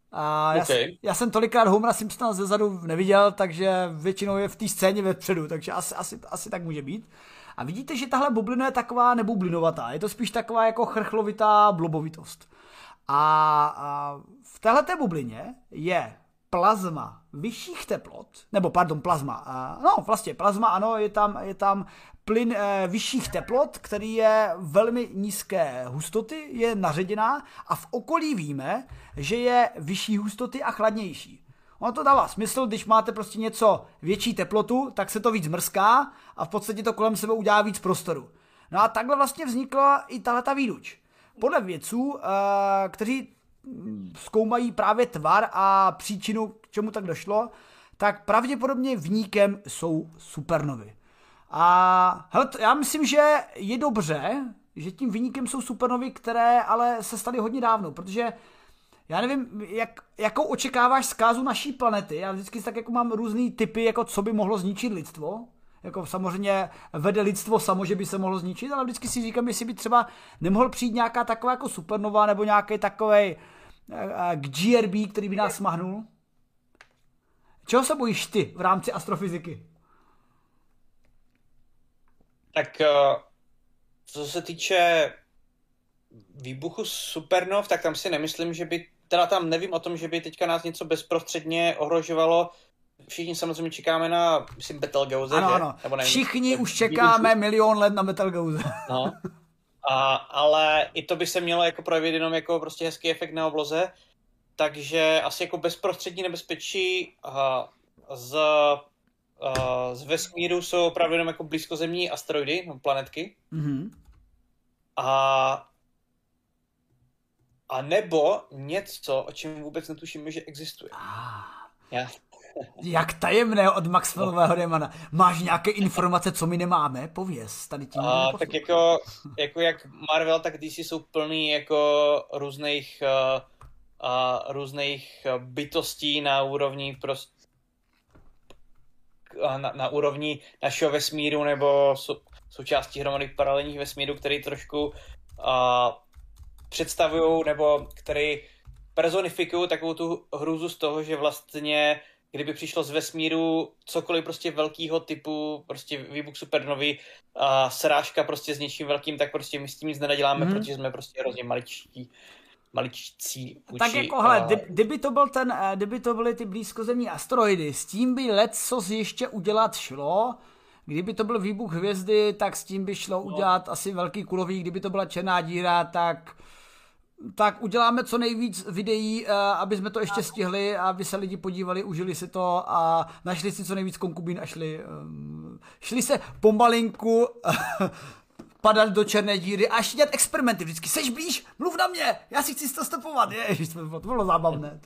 A já, okay. já jsem tolikrát Homera Simpsona zezadu neviděl, takže většinou je v té scéně vepředu, takže asi, asi, asi tak může být. A vidíte, že tahle bublina je taková nebublinovatá, je to spíš taková jako chrchlovitá blobovitost. A, a v téhleté bublině je plazma vyšších teplot, nebo pardon, plazma, a, no vlastně plazma, ano, je tam, je tam plyn e, vyšších teplot, který je velmi nízké hustoty, je naředěná a v okolí víme, že je vyšší hustoty a chladnější. Ono to dává smysl, když máte prostě něco větší teplotu, tak se to víc mrzká a v podstatě to kolem sebe udělá víc prostoru. No a takhle vlastně vznikla i tahleta výduč. Podle vědců, e, kteří zkoumají právě tvar a příčinu, k čemu tak došlo, tak pravděpodobně viníkem jsou supernovy. A hele, já myslím, že je dobře, že tím viníkem jsou supernovy, které ale se staly hodně dávno, protože já nevím, jak, jakou očekáváš zkázu naší planety. Já vždycky tak jako mám různý typy, jako co by mohlo zničit lidstvo. Jako samozřejmě vede lidstvo samo, že by se mohlo zničit, ale vždycky si říkám, jestli by třeba nemohl přijít nějaká taková jako supernova nebo nějaký takovej G R B, který by nás smahnul. Čeho se bojíš ty v rámci astrofyziky? Tak co se týče výbuchu supernov, tak tam si nemyslím, že by, teda tam nevím o tom, že by teďka nás něco bezprostředně ohrožovalo. Všichni samozřejmě čekáme na, myslím, Betelgeuse, ano, že? Ano, Nebo nevím, všichni už čekáme výbuchu. milion let na Betelgeuse. No. A, ale i to by se mělo jako projevit jenom jako prostě hezký efekt na obloze. Takže asi jako bezprostřední nebezpečí a z, a, z vesmíru jsou opravdu jenom jako blízkozemní asteroidy, no, planetky. Mm-hmm. A, a nebo něco, o čem vůbec netušíme, že existuje. Ah. Já. Jak tajemné od Maxwellového Remana. Máš nějaké informace, co my nemáme? Pověz, tady tím a, tak jako, jako jak Marvel, tak D C jsou plný jako různých uh, a různých bytostí na úrovni prostě na, na úrovni našeho vesmíru nebo sou, součástí hromady paralelních vesmíru, který trošku a, představují nebo který personifikují takovou tu hrůzu z toho, že vlastně kdyby přišlo z vesmíru cokoliv prostě velkýho typu, prostě výbuch supernovy a srážka prostě s něčím velkým, tak prostě my s tím nic nenaděláme, hmm. protože jsme prostě hrozně maličtí. maličcí uči. Tak jako, hele, a... kdyby to byl ten, kdyby to byly ty blízkozemní asteroidy, s tím by lecos ještě udělat šlo. Kdyby to byl výbuch hvězdy, tak s tím by šlo no. udělat asi velký kulový. Kdyby to byla černá díra, tak tak uděláme co nejvíc videí, aby jsme to ještě stihli, aby se lidi podívali, užili si to a našli si co nejvíc konkubín a šli, šli se pomalinku padat do černé díry a ještě dělat experimenty. Vždycky, seš blíž, mluv na mě, já si chci to stopovat. Ježiš, to bylo zábavné.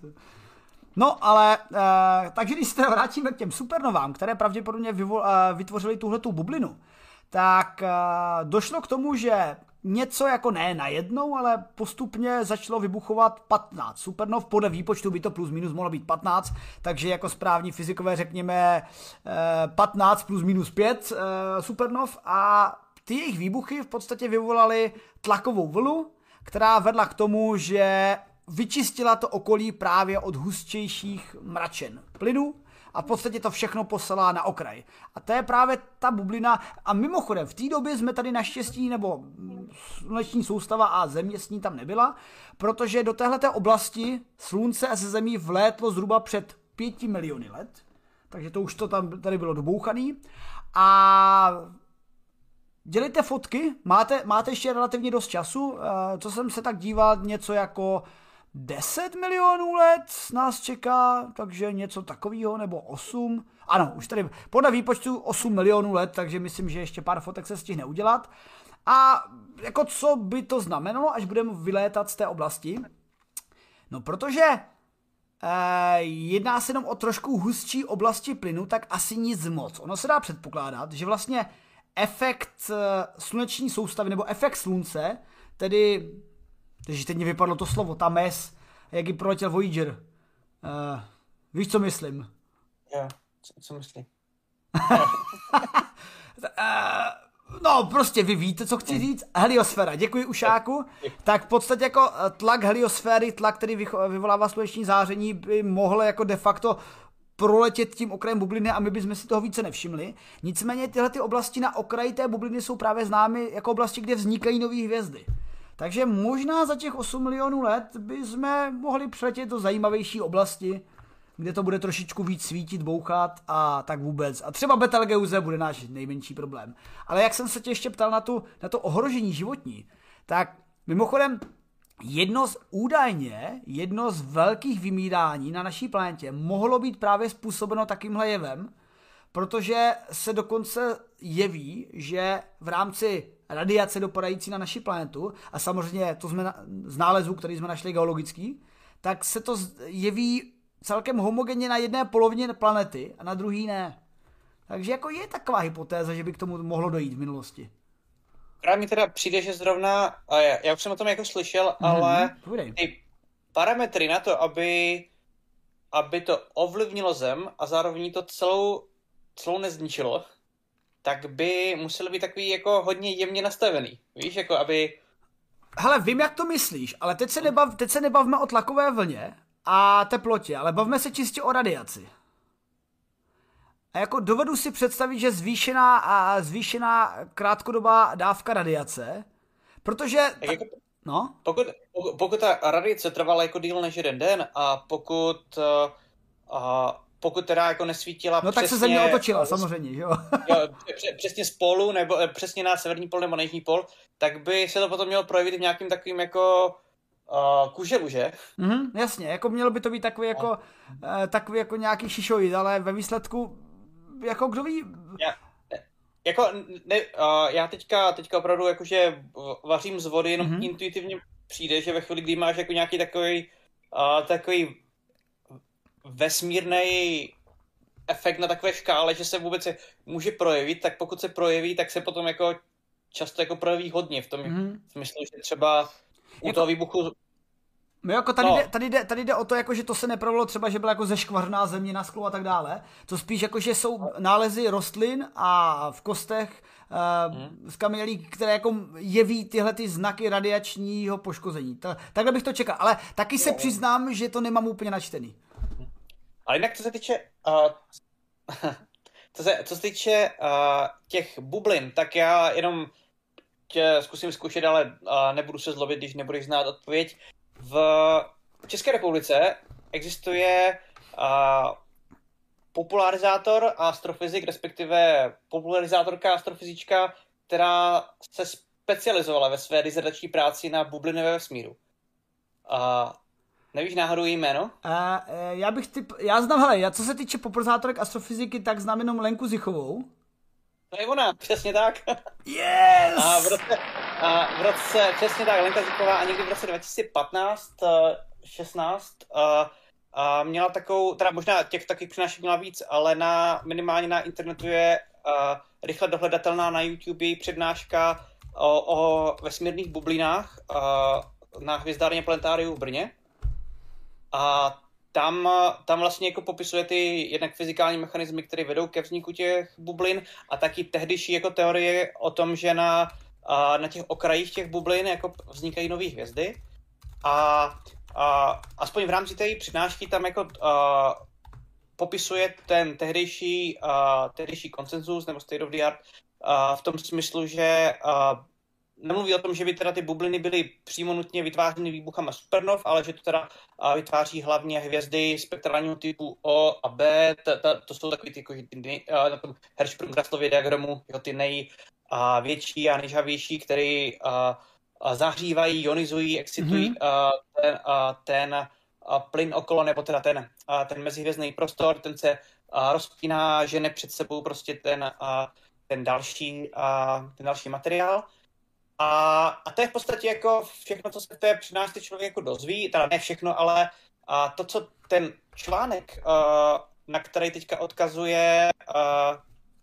No, ale, eh, takže když se vrátíme k těm supernovám, které pravděpodobně vyvo- eh, vytvořily tuhletu bublinu, tak eh, došlo k tomu, že něco jako ne najednou, ale postupně začalo vybuchovat patnáct supernov. Podle výpočtu by to plus minus mohlo být patnáct, takže jako správní fyzikové řekněme eh, patnáct plus minus pět eh, supernov a ty jejich výbuchy v podstatě vyvolaly tlakovou vlnu, která vedla k tomu, že vyčistila to okolí právě od hustějších mračen plynu a v podstatě to všechno poslala na okraj. A to je právě ta bublina. A mimochodem, v té době jsme tady naštěstí, nebo sluneční soustava a země s ní tam nebyla, protože do téhleté oblasti slunce a se zemí vlétlo zhruba před pěti miliony let. Takže to už to tam tady bylo dobouchaný. A dělejte fotky, máte, máte ještě relativně dost času, co jsem se tak díval, něco jako deset milionů let nás čeká, takže něco takového, nebo osm. Ano, už tady podle výpočtu osm milionů let, takže myslím, že ještě pár fotek se stihne udělat. A jako co by to znamenalo, až budeme vylétat z té oblasti? No protože eh, jedná se jenom o trošku hustší oblasti plynu, tak asi nic moc. Ono se dá předpokládat, že vlastně efekt sluneční soustavy, nebo efekt slunce, tedy, takže teď mi vypadlo to slovo, ta mes, jak ji proletěl Voyager. Uh, víš, co myslím? Jo, co, co myslí? uh, No, prostě vy víte, co chci říct. Heliosféra, děkuji Ušáku. Tak v podstatě jako tlak heliosféry, tlak, který vyvolává sluneční záření, by mohl jako de facto proletět tím okrajem bubliny a my bychom si toho více nevšimli. Nicméně tyhle ty oblasti na okraji té bubliny jsou právě známy jako oblasti, kde vznikají nové hvězdy. Takže možná za těch osm milionů let bychom mohli přeletět do zajímavější oblasti, kde to bude trošičku víc svítit, bouchat a tak vůbec. A třeba Betelgeuse bude náš nejmenší problém. Ale jak jsem se tě ještě ptal na, tu, na to ohrožení životní, tak mimochodem jedno z, údajně jedno z velkých vymírání na naší planetě mohlo být právě způsobeno takýmhle jevem, protože se dokonce jeví, že v rámci radiace dopadající na naši planetu, a samozřejmě to jsme na, z nálezů, který jsme našli geologický, tak se to jeví celkem homogenně na jedné polovině planety a na druhý ne. Takže jako je taková hypotéza, že by k tomu mohlo dojít v minulosti. Právě mi teda přijde, že zrovna, a já, já už jsem o tom jako slyšel, mm-hmm, ale ty parametry na to, aby, aby to ovlivnilo Zem a zároveň to celou, celou nezničilo, tak by museli být takový jako hodně jemně nastavený. Víš, jako aby... Hele, vím, jak to myslíš, ale teď se, nebav, teď se nebavme o tlakové vlně a teplotě, ale bavme se čistě o radiaci. A jako dovedu si představit, že zvýšená a zvýšená krátkodobá dávka radiace, protože... Tak jako, no? pokud, pokud ta radiace trvala jako díl než jeden den a pokud... Uh, pokud teda jako nesvítila no, přesně... tak se Země otočila, samozřejmě, jo? jo přesně z pólu, nebo přesně na severní pol nebo na jižní pol, tak by se to potom mělo projevit v nějakým takovým jako uh, kuželu, že? Mhm, jasně, jako mělo by to být takový jako, no. uh, takový jako nějaký šišoid, ale ve výsledku, jako kdo ví... Já, jako, ne, uh, já teďka, teďka opravdu jakože vařím z vody, jenom mm-hmm. intuitivně přijde, že ve chvíli, kdy máš jako nějaký takový, uh, takový vesmírný efekt na takové škále, že se vůbec může projevit, tak pokud se projeví, tak se potom jako často jako projeví hodně v tom mm. smyslu, že třeba u jako, toho výbuchu... No jako tady, no. jde, tady, jde, tady jde o to, jako, že to se nepravilo třeba, že byla jako zeškvařená země na sklo a tak dále. To spíš jako, že jsou nálezy rostlin a v kostech uh, mm. z kamionů, které jako jeví tyhle ty znaky radiačního poškození. Ta, takhle bych to čekal, ale taky se no. přiznám, že to nemám úplně načtený. Ale jinak, co se týče, uh, co se, co se týče uh, těch bublin, tak já jenom tě zkusím zkušet, ale uh, nebudu se zlobit, když nebudeš znát odpověď. V České republice existuje uh, popularizátor astrofyzik, respektive popularizátorka astrofyzička, která se specializovala ve své dizertační práci na bubliny ve vesmíru. Uh, Nevíš náhodou její jméno? Uh, uh, já bych typ, já znám, hele, já co se týče popularizátorek astrofyziky, tak znám jenom Lenku Zichovou. To je ona, přesně tak. Yes! A v roce, a v roce přesně tak, Lenka Zichová a někdy v roce dva tisíce patnáct šestnáct a, a měla takovou, teda možná těch taky přinášek měla víc, ale na, minimálně na internetu je a, rychle dohledatelná na YouTube přednáška o, o vesmírných bublinách a, na hvězdárně planetáriu v Brně. A tam, tam vlastně jako popisuje ty jednak fyzikální mechanismy, které vedou ke vzniku těch bublin a taky tehdejší jako teorie o tom, že na, na těch okrajích těch bublin jako vznikají nové hvězdy. A, a aspoň v rámci té přednášky tam jako a, popisuje ten tehdejší, a, tehdejší konsenzus nebo state of the art a, v tom smyslu, že a, nemluví o tom, že by teda ty bubliny byly přímo nutně vytvářeny výbuchama supernov, ale že to teda vytváří hlavně hvězdy spektrálního typu O a B. Ta, ta, to jsou takový ty, jako, ty na tom Hertzsprung-Russellově diagramu, jo, ty největší a nejžhavější, které zahřívají, ionizují, excitují mm-hmm. ten, a, ten a plyn okolo, nebo teda ten, a, ten mezihvězdný prostor, ten se a, rozpíná, žene před sebou prostě ten, a, ten, další, a, ten další materiál. A, a to je v podstatě jako všechno, co se v té přednášce člověk jako dozví, teda ne všechno, ale a to, co ten článek, uh, na který teďka odkazuje, uh,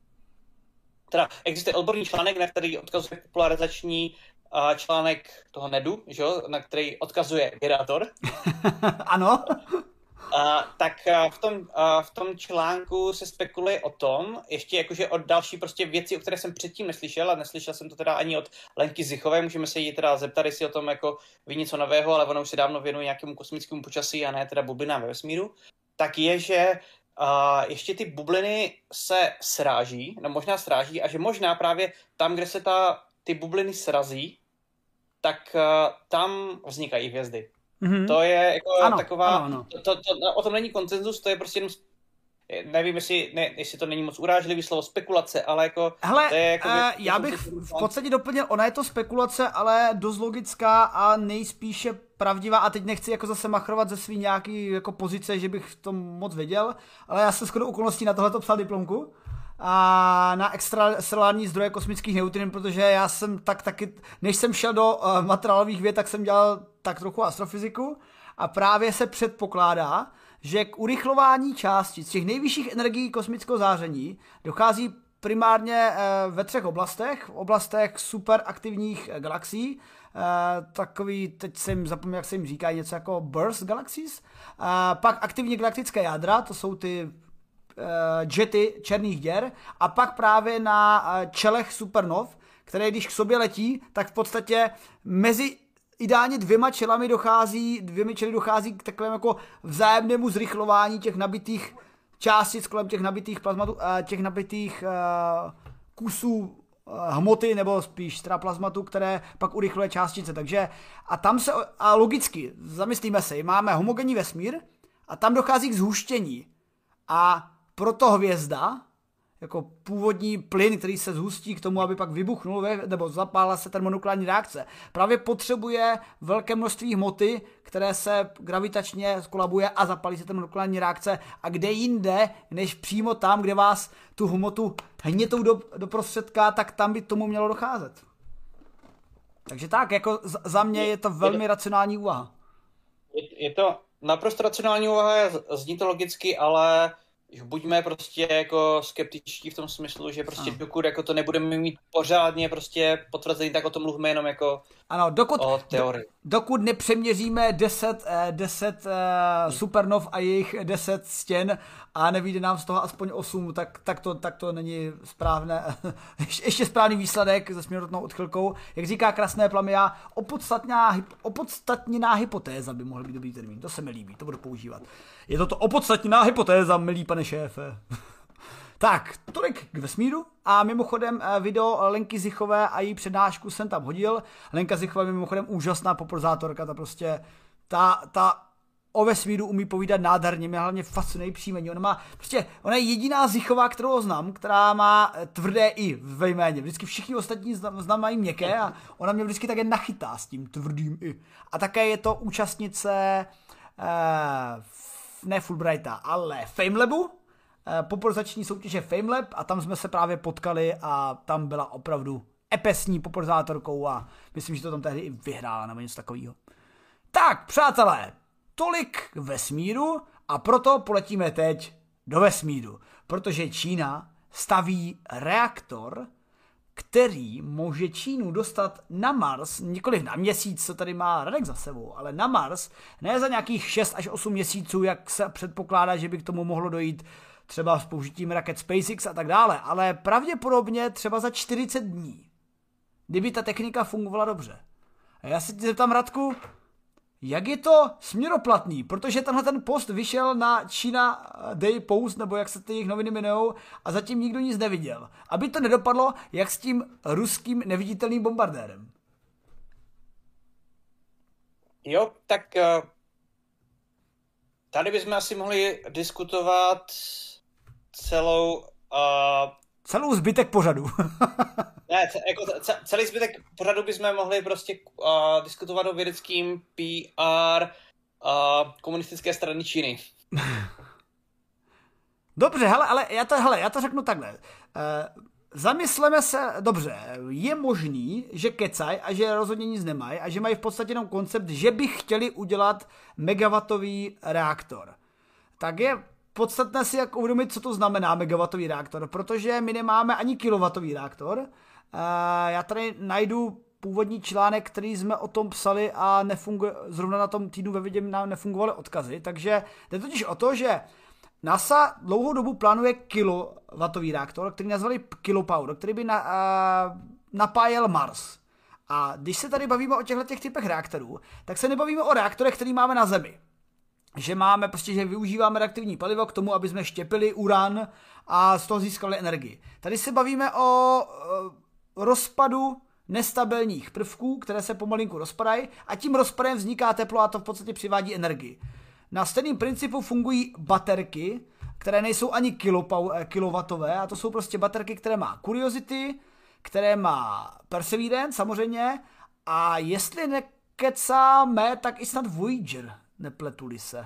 teda existuje odborný článek, na který odkazuje popularizační uh, článek toho nedu, že jo, na který odkazuje Vědátor. Ano. A, tak a v, tom, a v tom článku se spekuluje o tom, ještě jakože od další prostě věci, o které jsem předtím neslyšel, a neslyšel jsem to teda ani od Lenky Zichové, můžeme se jí teda zeptat, jestli o tom jako ví něco nového, ale ona už se dávno věnuje nějakému kosmickému počasí a ne teda bublinám ve vesmíru, tak je, že a ještě ty bubliny se sráží, no možná sráží, a že možná právě tam, kde se ta, ty bubliny srazí, tak uh, tam vznikají hvězdy. Mm-hmm. To je jako ano, taková, ano, ano. To, to, to, o tom není konsenzus, to je prostě jenom, nevím, jestli, ne, jestli to není moc urážlivý slovo spekulace, ale jako... Hele, to je jako, uh, já bych v podstatě doplnil, ona je to spekulace, ale dost logická a nejspíše pravdivá, a teď nechci jako zase machrovat ze svý nějaký jako pozice, že bych v tom moc věděl, ale já jsem shodou okolností na tohleto psal diplomku a na extrasolární zdroje kosmických neutrin, protože já jsem tak taky, než jsem šel do uh, materiálových věd, tak jsem dělal tak trochu astrofyziku a právě se předpokládá, že k urychlování částic těch nejvyšších energií kosmického záření dochází primárně uh, ve třech oblastech, v oblastech superaktivních uh, galaxií, uh, takový, teď jsem zapomněl, jak se jim říká, něco jako burst galaxies, uh, pak aktivní galaktické jádra, to jsou ty jety černých děr, a pak právě na čelech supernov, které když k sobě letí, tak v podstatě mezi ideálně dvěma čelami dochází, dvěmi čely dochází k takovému jako vzájemnému zrychlování těch nabitých částic kolem těch nabitých plazmatů, těch nabitých kusů hmoty, nebo spíš teda plazmatu, které pak urychluje částice. Takže a tam se, a logicky, zamyslíme se, máme homogenní vesmír a tam dochází k zhuštění. A proto hvězda, jako původní plyn, který se zhustí k tomu, aby pak vybuchnul, nebo zapálila se termonukleární reakce, právě potřebuje velké množství hmoty, které se gravitačně skolabuje a zapálí se termonukleární reakce. A kde jinde, než přímo tam, kde vás tu hmotu hnětou do, do prostředka, tak tam by tomu mělo docházet. Takže tak, jako za mě je to velmi racionální úvaha. Je, je to naprosto racionální úvaha, zní to logicky, ale buďme prostě jako skeptičtí v tom smyslu, že prostě ano. dokud jako to nebudeme mít pořádně prostě potvrzený, tak o tom mluvíme jenom jako ano, dokud, o teorii. Do, dokud nepřeměříme deset, deset uh, supernov a jejich deset stěn a nevyjde nám z toho aspoň osm, tak, tak, to, tak to není správné, ještě správný výsledek se směrotnou odchylkou. Jak říká Krasné Plamia, opodstatněná, opodstatněná hypotéza by mohl být dobrý termín, to se mi líbí, to budu používat. Je to to opodstatněná hypotéza, milý pane šéfe. Tak, tolik k vesmíru. A mimochodem video Lenky Zichové a její přednášku jsem tam hodil. Lenka Zichová je mimochodem úžasná popularizátorka, ta prostě, ta, ta o vesmíru umí povídat nádherně, mě hlavně fascinují příjmení. Ona má, prostě, ona je jediná Zichová, kterou znám, která má tvrdé i ve jméně. Vždycky všichni ostatní znám, znám mají měkké a ona mě vždycky také nachytá s tím tvrdým i. A také je to účastnice eh, ne Fulbrighta, ale FameLabu, popularizační soutěže FameLab, a tam jsme se právě potkali a tam byla opravdu epesní popularizátorkou a myslím, že to tam tehdy i vyhrála nebo něco takového. Tak, přátelé, tolik k vesmíru a proto poletíme teď do vesmíru, protože Čína staví reaktor, který může Čínu dostat na Mars, nikoliv na měsíc, co tady má Radek za sebou, ale na Mars, ne za nějakých šest až osm měsíců, jak se předpokládá, že by k tomu mohlo dojít třeba s použitím raket SpaceX a tak dále, ale pravděpodobně třeba za čtyřicet dní, kdyby ta technika fungovala dobře. A já se tě zeptám, Radku, jak je to směroplatný, protože tenhle ten post vyšel na China Day Post, nebo jak se ty jejich noviny jmenujou, a zatím nikdo nic neviděl. Aby to nedopadlo, jak s tím ruským neviditelným bombardérem. Jo, tak tady bychom asi mohli diskutovat celou... Uh... Celou zbytek pořadu. Ne, jako celý zbytek pořadu bychom mohli prostě uh, diskutovat o vědeckým P R uh, komunistické strany Číny. Dobře, hele, ale já to, hele, já to řeknu takhle. Uh, zamysleme se, dobře, je možný, že kecaj a že rozhodně nic nemají a že mají v podstatě jenom koncept, že by chtěli udělat megawatový reaktor. Tak je podstatné si jak uvědomit, co to znamená megawatový reaktor, protože my nemáme ani kilowatový reaktor. Uh, já tady najdu původní článek, který jsme o tom psali a nefunguje, zrovna na tom týdnu ve vidě nám nefungovaly odkazy, takže jde totiž o to, že NASA dlouhou dobu plánuje kilowatový reaktor, který nazvali Kilopower, který by na, uh, napájel Mars. A když se tady bavíme o těchto těch typech reaktorů, tak se nebavíme o reaktorech, který máme na Zemi. Že máme prostě, že využíváme reaktivní palivo k tomu, aby jsme štěpili uran a z toho získali energii. Tady se bavíme o uh, rozpadu nestabilních prvků, které se pomalinku rozpadají a tím rozpadem vzniká teplo a to v podstatě přivádí energii. Na stejném principu fungují baterky, které nejsou ani kilowattové, a to jsou prostě baterky, které má Curiosity, které má Perseverance samozřejmě, a jestli nekecáme, tak i snad Voyager, nepletuli se.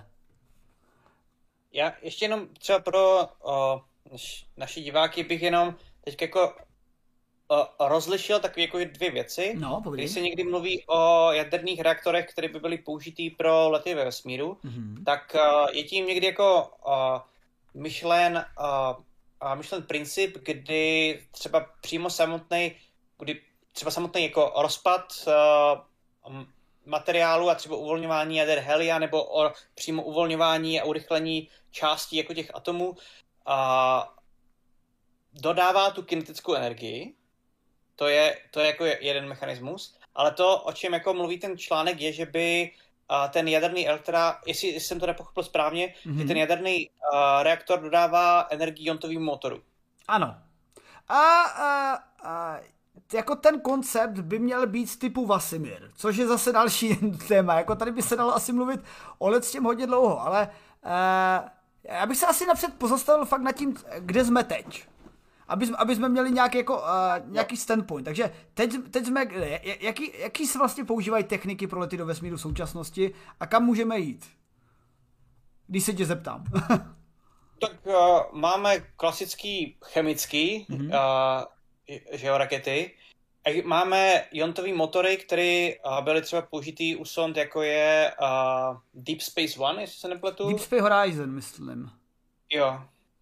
Já ještě jenom třeba pro o, naši diváky bych jenom teď jako o, rozlišil takové jako dvě věci. No, když se někdy mluví o jaderných reaktorech, které by byly použitý pro lety ve vesmíru, mm-hmm. tak o, je tím někdy jako o, myšlen, o, o, myšlen princip, kdy třeba přímo samotný, kdy třeba samotný jako rozpad o, materiálu a třeba uvolňování jader helia nebo o přímo uvolňování a urychlení částí jako těch atomů a dodává tu kinetickou energii. To je, to je jako jeden mechanismus, ale to, o čem jako mluví ten článek, je, že by a, ten jaderný elektra, jestli, jestli jsem to nepochopil správně, mm-hmm. že ten jaderný a, reaktor dodává energii iontovým motoru. Ano. A, a, a jako ten koncept by měl být z typu Vasimir, což je zase další téma. Jako tady by se dalo asi mluvit o let s tím hodně dlouho, ale uh, já bych se asi napřed pozastavil fakt nad tím, kde jsme teď. Aby jsme, aby jsme měli nějaký, jako, uh, nějaký standpoint. Takže teď, teď jsme, jaký, jaký se vlastně používají techniky pro lety do vesmíru v současnosti a kam můžeme jít? Když se tě zeptám. Tak uh, máme klasický chemický mm-hmm. uh, že jo, rakety. Máme iontový motory, které uh, byly třeba použitý u sond, jako je uh, Deep Space One, jestli se nepletu. Deep Space Horizon, myslím. Jo.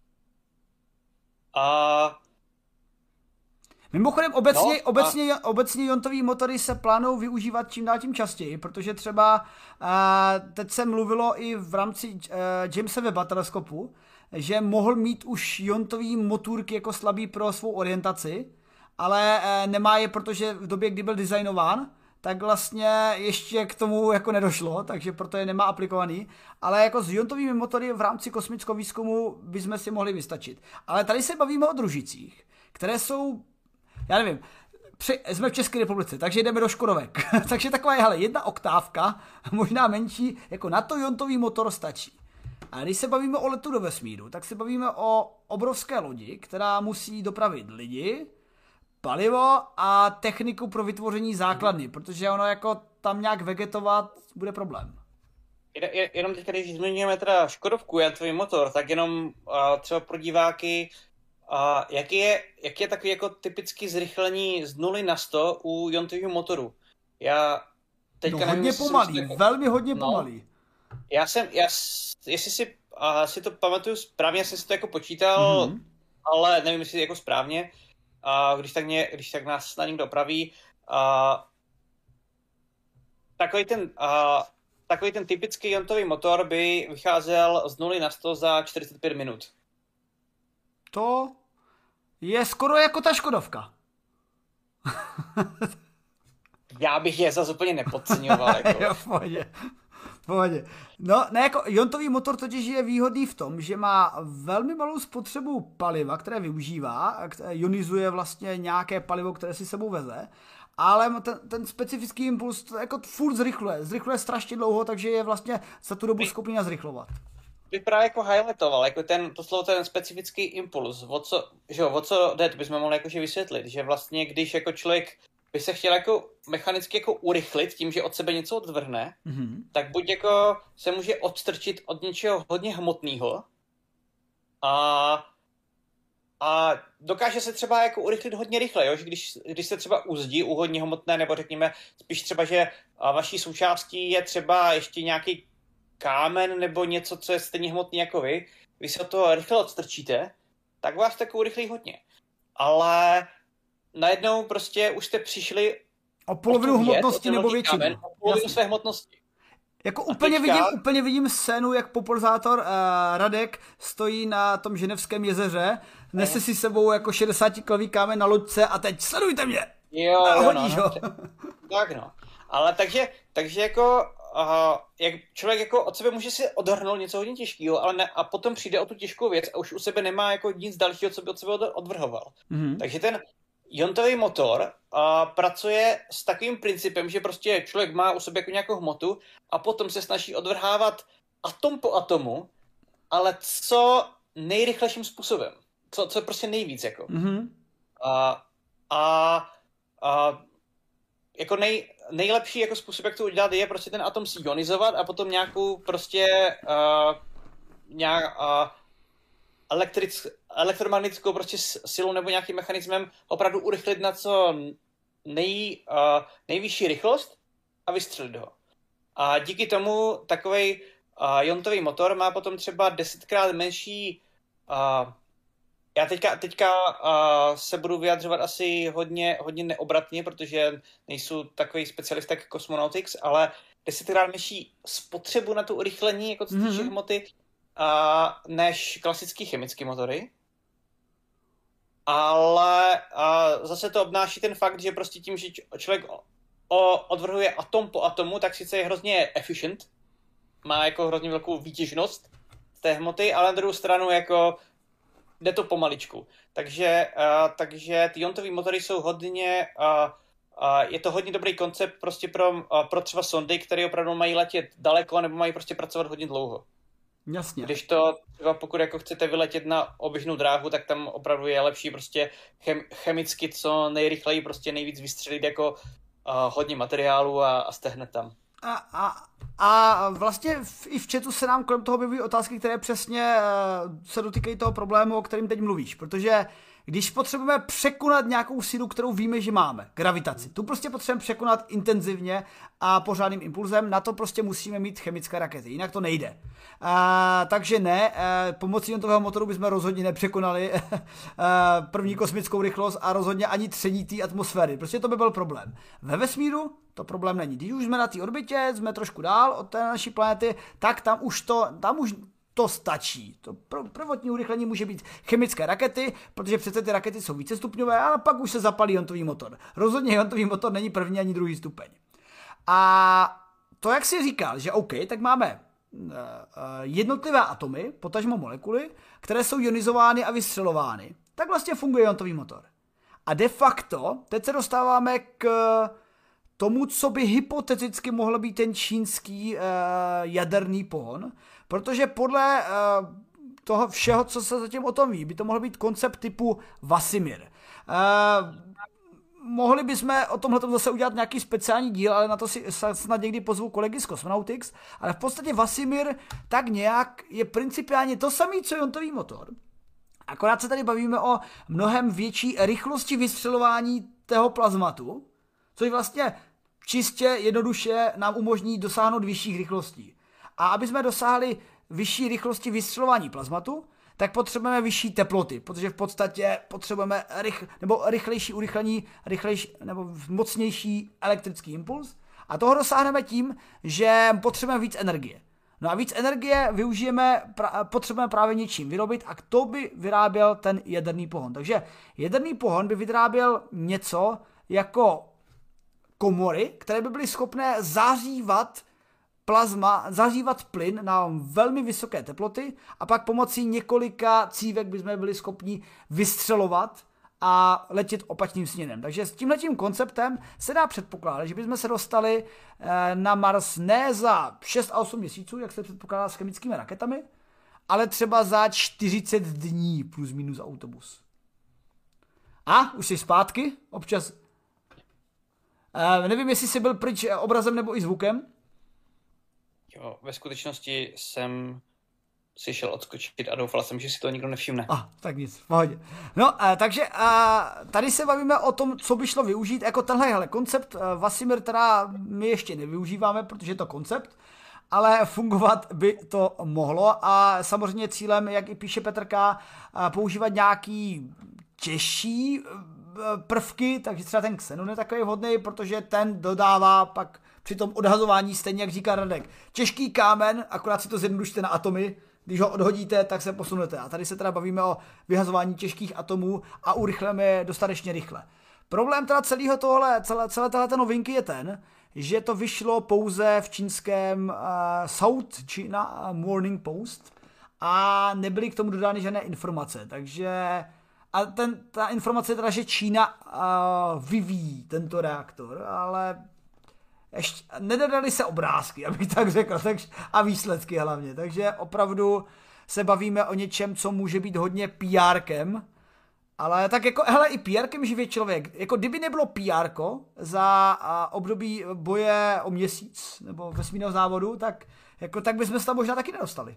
A... Mimochodem, obecně, no, obecně, a... obecně iontový motory se plánují využívat čím dál tím častěji, protože třeba uh, teď se mluvilo i v rámci uh, Jamesa Webba teleskopu, že mohl mít už iontový motůrky jako slabý pro svou orientaci, ale e, nemá je, protože v době, kdy byl designován, tak vlastně ještě k tomu jako nedošlo, takže proto je nemá aplikovaný, ale jako s iontovými motory v rámci kosmického výzkumu bychom si mohli vystačit. Ale tady se bavíme o družicích, které jsou, já nevím, při, jsme v České republice, takže jdeme do Škodovek, takže taková je, hele, jedna oktávka, možná menší, jako na to iontový motor stačí. A když se bavíme o letu do vesmíru, tak se bavíme o obrovské lodi, která musí dopravit lidi, palivo a techniku pro vytvoření základny, protože ono jako tam nějak vegetovat bude problém. Jenom teď, když zmiňujeme teda Škodovku, iontový motor, tak jenom uh, třeba pro diváky, uh, jaký, je, jaký je takový jako typický zrychlení z nuly na sto u iontového motoru? Já teďka no, nevím, hodně pomalý, jako... velmi hodně no. pomalý. Já jsem, já, jestli si, uh, si to pamatuju správně, já jsem si to jako počítal, mm-hmm. ale nevím, jestli jako správně, uh, když, tak mě, když tak nás na někdo opraví. Uh, takový, ten, uh, takový ten typický iontový motor by vycházel z nuly na sto za čtyřicet pět minut. To je skoro jako ta Škodovka. Já bych je zase úplně nepodceňoval. Jako. Jo, v pohodě. Pohodě. No, ne, jako iontový motor totiž je výhodný v tom, že má velmi malou spotřebu paliva, které využívá, které ionizuje vlastně nějaké palivo, které si sebou veze, ale ten, ten specifický impuls to jako furt zrychluje. Zrychluje strašně dlouho, takže je vlastně za tu dobu schopný zrychlovat. Bych právě jako highlightoval, jako ten, to slovo ten specifický impuls, o co, že jo, o co jde, to bychom mohli jakože vysvětlit, že vlastně když jako člověk by se chtěl jako mechanicky jako urychlit tím, že od sebe něco odvrhne, mm-hmm. tak buď jako se může odstrčit od něčeho hodně hmotného a, a dokáže se třeba jako urychlit hodně rychle, jo? Že když, když se třeba uzdí u hodně hmotné, nebo řekněme spíš třeba, že vaší součástí je třeba ještě nějaký kámen nebo něco, co je stejně hmotný jako vy, vy se od toho rychle odstrčíte, tak vás tak urychlí hodně. Ale najednou prostě už jste přišli O polovinu hmotnosti nebo většinu. Kámen, o polovinu své hmotnosti. Jako úplně, teďka... vidím, úplně vidím scénu, jak popularizátor uh, Radek stojí na tom ženevském jezeře, nese si sebou jako šedesátikilový kámen na loďce a teď sledujte mě! Jo, a jo, no, no. Tak no. Ale takže, takže jako, uh, jak člověk jako od sebe může si odhrnout něco hodně těžkého, ale ne, a potom přijde o tu těžkou věc a už u sebe nemá jako nic dalšího, co by od sebe odvrhoval. Mm-hmm. Takže ten iontový motor uh, pracuje s takovým principem, že prostě člověk má u sebe jako nějakou hmotu a potom se snaží odvrhávat atom po atomu, ale co nejrychlejším způsobem. Co, co prostě nejvíc jako. Mm-hmm. Uh, a a jako nej, nejlepší jako způsob, jak to udělat, je prostě ten atom ionizovat a potom nějakou prostě uh, nějak, uh, elektric, elektromagnetickou prostě silou nebo nějakým mechanismem opravdu urychlit na co nej, uh, nejvyšší rychlost a vystřelit ho. A díky tomu takovej uh, iontový motor má potom třeba desetkrát menší uh, Já teďka, teďka uh, se budu vyjadřovat asi hodně, hodně neobratně, protože nejsou takový specialista jako Cosmonautics, ale desetkrát menší spotřebu na to urychlení, jako co týče mm-hmm. hmoty, uh, než klasický chemický motory. Ale uh, zase to obnáší ten fakt, že prostě tím, že člověk o, odvrhuje atom po atomu, tak sice je hrozně efficient, má jako hrozně velkou výtěžnost z té hmoty, ale na druhou stranu jako jde to pomaličku. Takže, uh, takže ty iontové motory jsou hodně, uh, uh, je to hodně dobrý koncept prostě pro, uh, pro třeba sondy, které opravdu mají letět daleko nebo mají prostě pracovat hodně dlouho. Jasně. Když to třeba pokud jako chcete vyletět na oběžnou dráhu, tak tam opravdu je lepší prostě chem, chemicky co nejrychleji prostě nejvíc vystřelit jako uh, hodně materiálu a, a jste hned tam. A, a, a vlastně v, i v chatu se nám kolem toho objevují otázky, které přesně uh, se dotýkají toho problému, o kterém teď mluvíš, protože když potřebujeme překonat nějakou sílu, kterou víme, že máme, gravitaci, tu prostě potřebujeme překonat intenzivně a pořádným impulzem, na to prostě musíme mít chemické rakety, jinak to nejde. Uh, takže ne, uh, pomocí iontového motoru bychom rozhodně nepřekonali uh, první kosmickou rychlost a rozhodně ani tření té atmosféry, prostě to by byl problém. Ve vesmíru to problém není. Když už jsme na té orbitě, jsme trošku dál od té naší planety, tak tam už to, tam už to stačí. To prvotní urychlení může být chemické rakety, protože přece ty rakety jsou vícestupňové, ale pak už se zapalí iontový motor. Rozhodně iontový motor není první ani druhý stupeň. A to, jak jsi říkal, že OK, tak máme jednotlivé atomy, potažmo molekuly, které jsou ionizovány a vystřelovány. Tak vlastně funguje iontový motor. A de facto, teď se dostáváme k tomu, co by hypoteticky mohl být ten čínský uh, jaderný pohon, protože podle uh, toho všeho, co se zatím o tom ví, by to mohl být koncept typu Vasimir. Uh, mohli bychom o tomhle zase udělat nějaký speciální díl, ale na to si snad někdy pozvu kolegy z Cosmonautics, ale v podstatě Vasimir tak nějak je principiálně to samý, co iontový motor. Akorát se tady bavíme o mnohem větší rychlosti vystřelování toho plazmatu, což vlastně čistě jednoduše nám umožní dosáhnout vyšších rychlostí. A aby jsme dosáhli vyšší rychlosti vystřelování plazmatu, tak potřebujeme vyšší teploty, protože v podstatě potřebujeme rych, nebo rychlejší urychlení, rychlejší nebo mocnější elektrický impuls. A toho dosáhneme tím, že potřebujeme víc energie. No a víc energie využijeme, pra, potřebujeme právě něčím vyrobit a to by vyráběl ten jaderný pohon. Takže jaderný pohon by vyráběl něco jako komory, které by byly schopné zahřívat plazma, zahřívat plyn na velmi vysoké teploty a pak pomocí několika cívek bychom byli schopni vystřelovat a letět opačným směrem. Takže s tímhletím konceptem se dá předpokládat, že bychom se dostali na Mars ne za šest a osm měsíců, jak se předpokládá s chemickými raketami, ale třeba za čtyřicet dní plus minus autobus. A už jsi zpátky, občas. Uh, nevím, jestli jsi byl pryč obrazem nebo i zvukem. Jo, ve skutečnosti jsem si šel odskočit a doufal jsem, že si to nikdo nevšimne. Ah, tak nic, v pohodě. No, uh, takže uh, tady se bavíme o tom, co by šlo využít, jako tenhle hele, koncept uh, Vasimir, teda my ještě nevyužíváme, protože je to koncept, ale fungovat by to mohlo a samozřejmě cílem, jak i píše Petr K., uh, používat nějaký těžší prvky, takže třeba ten xenon je takový vhodný, protože ten dodává pak při tom odhazování, stejně jak říká Radek, těžký kámen, akorát si to zjednodušíte na atomy, když ho odhodíte, tak se posunete. A tady se teda bavíme o vyhazování těžkých atomů a urychleme je dostatečně rychle. Problém teda celého tohle, celé, celé této novinky je ten, že to vyšlo pouze v čínském uh, South China Morning Post a nebyly k tomu dodány žádné informace, takže a ten, ta informace je teda, že Čína uh, vyvíjí tento reaktor, ale ještě nedodali se obrázky, abych tak řekl, takže, a výsledky hlavně, takže opravdu se bavíme o něčem, co může být hodně PRkem, ale tak jako, hele, i PRkem živě člověk, jako kdyby nebylo PRko za uh, období boje o měsíc, nebo vesmírného závodu, tak, jako, tak bychom se tam možná taky nedostali.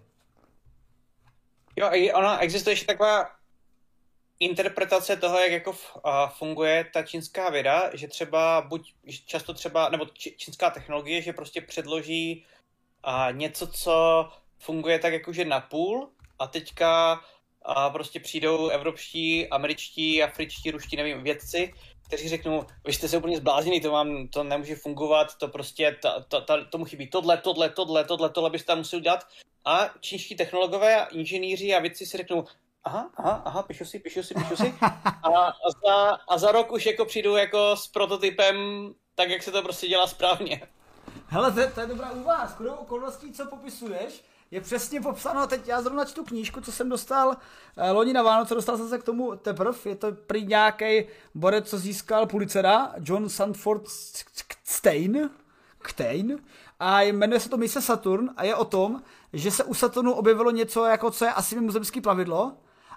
Jo, a ona existuje ještě taková interpretace toho, jak jako uh, funguje ta čínská věda, že třeba buď často třeba, nebo či, čínská technologie, že prostě předloží uh, něco, co funguje tak jakože napůl a teďka uh, prostě přijdou evropští, američtí, afričtí, ruští, nevím, vědci, kteří řeknou, vy jste se úplně zbláznili, to vám to nemůže fungovat, to prostě, ta, ta, ta, tomu chybí tohle, tohle, tohle, tohle, tohle byste tam museli udělat. A čínští technologové a inženýři a vědci si řeknou, aha, aha, aha, píšu si, píšu si, píšu si. A, a, za, a za rok už jako přijdu jako s prototypem, tak jak se to prostě dělá správně. Hele, to, to je dobrá úvaha. Shodou okolností, co popisuješ, je přesně popsáno. Teď já zrovna čtu knížku, co jsem dostal eh, loni na Vánoce, dostal jsem se k tomu teprv. Je to prý nějaký borec, co získal Pulitzera, John Sanford Stein, Stein, a jmenuje se to mise Saturn a je o tom, že se u Saturnu objevilo něco, jako co je asi mimozemský plavidlo.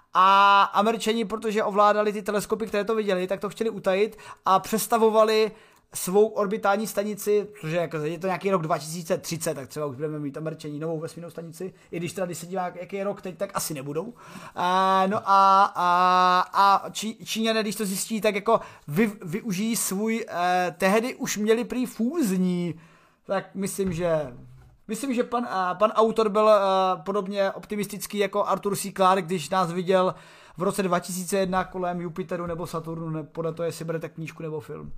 A Američani, protože ovládali ty teleskopy, které to viděli, tak to chtěli utajit a přestavovali svou orbitální stanici, což je, je to nějaký rok dva tisíce třicet, tak třeba už budeme mít Američani novou vesmírnou stanici, i když teda, když se dívá, jaký je rok teď, tak asi nebudou. A, no a, a, a Čí, Číňané, když to zjistí, tak jako vy, využijí svůj, eh, tehdy už měli prý fúzní, tak myslím, že Myslím, že pan, uh, pan autor byl uh, podobně optimistický jako Arthur C. Clarke, když nás viděl v roce dva tisíce jedna kolem Jupiteru nebo Saturnu, ne, podle toho, jestli berete knížku nebo film.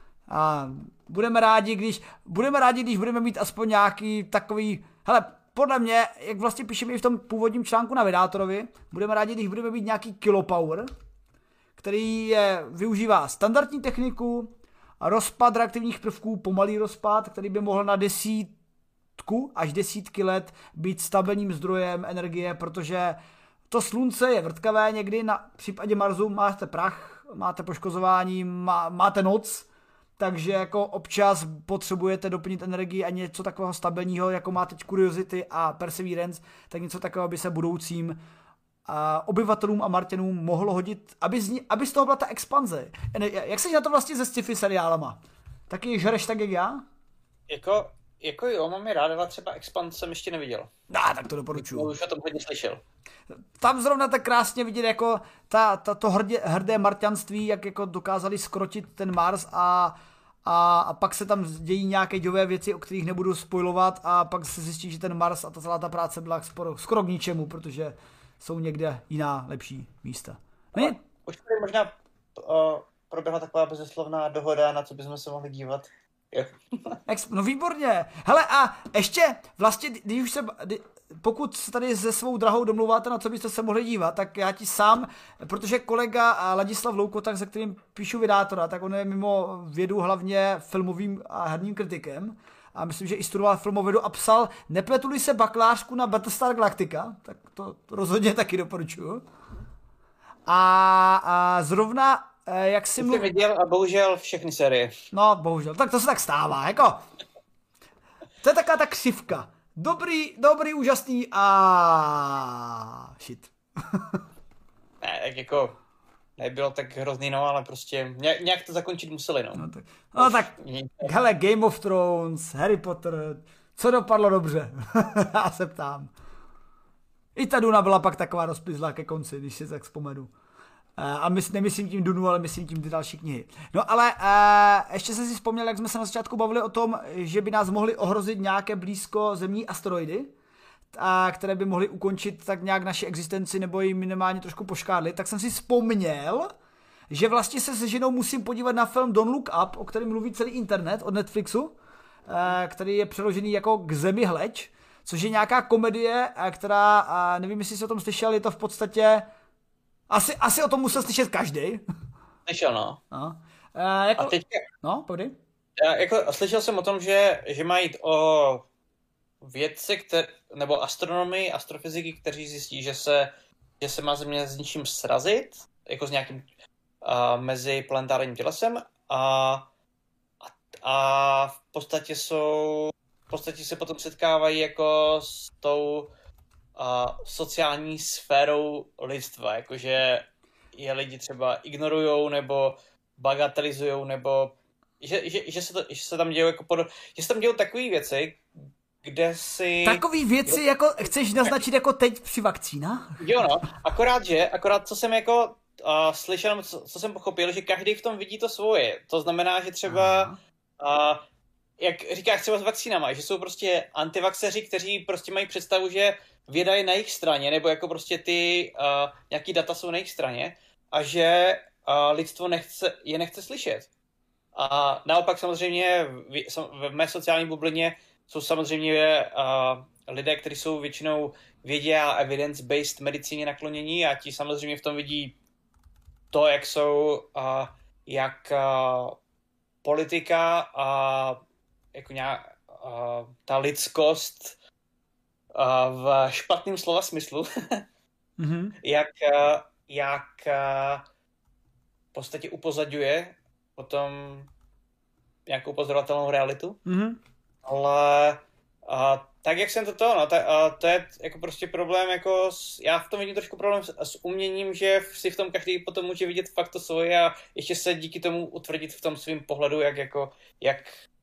A budeme rádi, když budeme rádi, když budeme mít aspoň nějaký takový, hele, podle mě, jak vlastně píšeme i v tom původním článku na Vydátorovi, budeme rádi, když budeme mít nějaký kilopower, který je, využívá standardní techniku, rozpad reaktivních prvků, pomalý rozpad, který by mohl na desít až desítky let být stabilním zdrojem energie, protože to slunce je vrtkavé někdy, na případě Marsu máte prach, máte poškozování, má, máte noc, takže jako občas potřebujete doplnit energii a něco takového stabilního, jako má teď Curiosity a Perseverance, tak něco takového by se budoucím a obyvatelům a Marťanům mohlo hodit, aby z, ní, aby z toho byla ta expanze. Jak jsi na to vlastně se sci-fi seriálama? Taky žereš tak, jak já? Jako... Jako jo, mám je rád, ale třeba Expand jsem ještě neviděl. No, tak to doporučuju. Už o tom hodně slyšel. Tam zrovna tak krásně vidět jako ta, ta, to hrdě, hrdé marťanství, jak jako dokázali skrotit ten Mars a, a, a pak se tam dějí nějaké dějové věci, o kterých nebudu spoilovat a pak se zjistí, že ten Mars a ta celá ta práce byla skoro, skoro k ničemu, protože jsou někde jiná lepší místa. Ne? Už tady možná uh, proběhla taková bezeslovná dohoda, na co bychom se mohli dívat. No výborně. Hele a ještě vlastně, když už se, pokud se tady se svou drahou domluváte, na co byste se mohli dívat, tak já ti sám, protože kolega Ladislav Loukotak, se kterým píšu Vydátora, tak on je mimo vědu hlavně filmovým a herním kritikem a myslím, že i studoval filmovou vědu a psal, nepletu-li se bakalářku na Battlestar Galactica, tak to rozhodně taky doporučuju. A, a zrovna jak si mluv... viděl a bohužel všechny série. No, bohužel. Tak to se tak stává, jako. To je taková ta křivka. Dobrý, dobrý, úžasný a shit. Ne, tak jako nebylo tak hrozný, no, ale prostě nějak to zakončit museli, no. No tak, no, tak hele, Game of Thrones, Harry Potter, co dopadlo dobře? Já se ptám. I ta Duna byla pak taková rozpizlá ke konci, když si tak vzpomenu. A my, nemyslím tím Dunu, ale myslím tím ty další knihy. No ale uh, ještě jsem si vzpomněl, jak jsme se na začátku bavili o tom, že by nás mohly ohrozit nějaké blízko zemní asteroidy, a, které by mohly ukončit tak nějak naši existenci nebo ji minimálně trošku poškádlit, tak jsem si vzpomněl, že vlastně se se ženou musím podívat na film Don't Look Up, o kterém mluví celý internet od Netflixu, který je přeložený jako K zemi hleď, což je nějaká komedie, která, nevím, jestli jsi o tom slyšel, je to v podstatě, asi, asi o tom musel slyšet každý. Slyšel, no. no. A, jako, A teď, no, pojď. Já jako slyšel jsem o tom, že, že mají jít o vědce, které, nebo astronomii, astrofyziky, kteří zjistí, že se, že se má Země s něčím srazit, jako s nějakým uh, meziplanetárním tělesem a, a, a v podstatě jsou, v podstatě se potom setkávají jako s tou uh, sociální sférou lidstva, jakože je lidi třeba ignorujou nebo bagatelizujou, nebo že, že, že, se, to, že se tam dějou jako pod, že se tam dějou takové věci, kde si... Takový věci, jo, jako chceš naznačit jako teď při vakcínách? Jo no, akorát, že, akorát co jsem jako uh, slyšel, co, co jsem pochopil, že každý v tom vidí to svoje. To znamená, že třeba, uh, jak říkáš třeba s vakcínama, že jsou prostě antivaxeři, kteří prostě mají představu, že věda je na jejich straně, nebo jako prostě ty uh, nějaký data jsou na jejich straně a že uh, lidstvo nechce, je nechce slyšet. A naopak samozřejmě v, v mé sociální bublině jsou samozřejmě uh, lidé, kteří jsou většinou vědě a evidence-based medicíně naklonění a ti samozřejmě v tom vidí to, jak jsou, uh, jak uh, politika a jako nějak, uh, ta lidskost uh, v špatném slova smyslu, mm-hmm. jak, uh, jak uh, v podstatě upozadňuje potom nějakou pozorovatelnou realitu. Mm-hmm. Ale a, tak, jak jsem to to, no, ta, a, to je jako prostě problém, jako s, já v tom vidím trošku problém s, s uměním, že si v tom každý potom může vidět fakt to svoje a ještě se díky tomu utvrdit v tom svým pohledu, jak jako, jak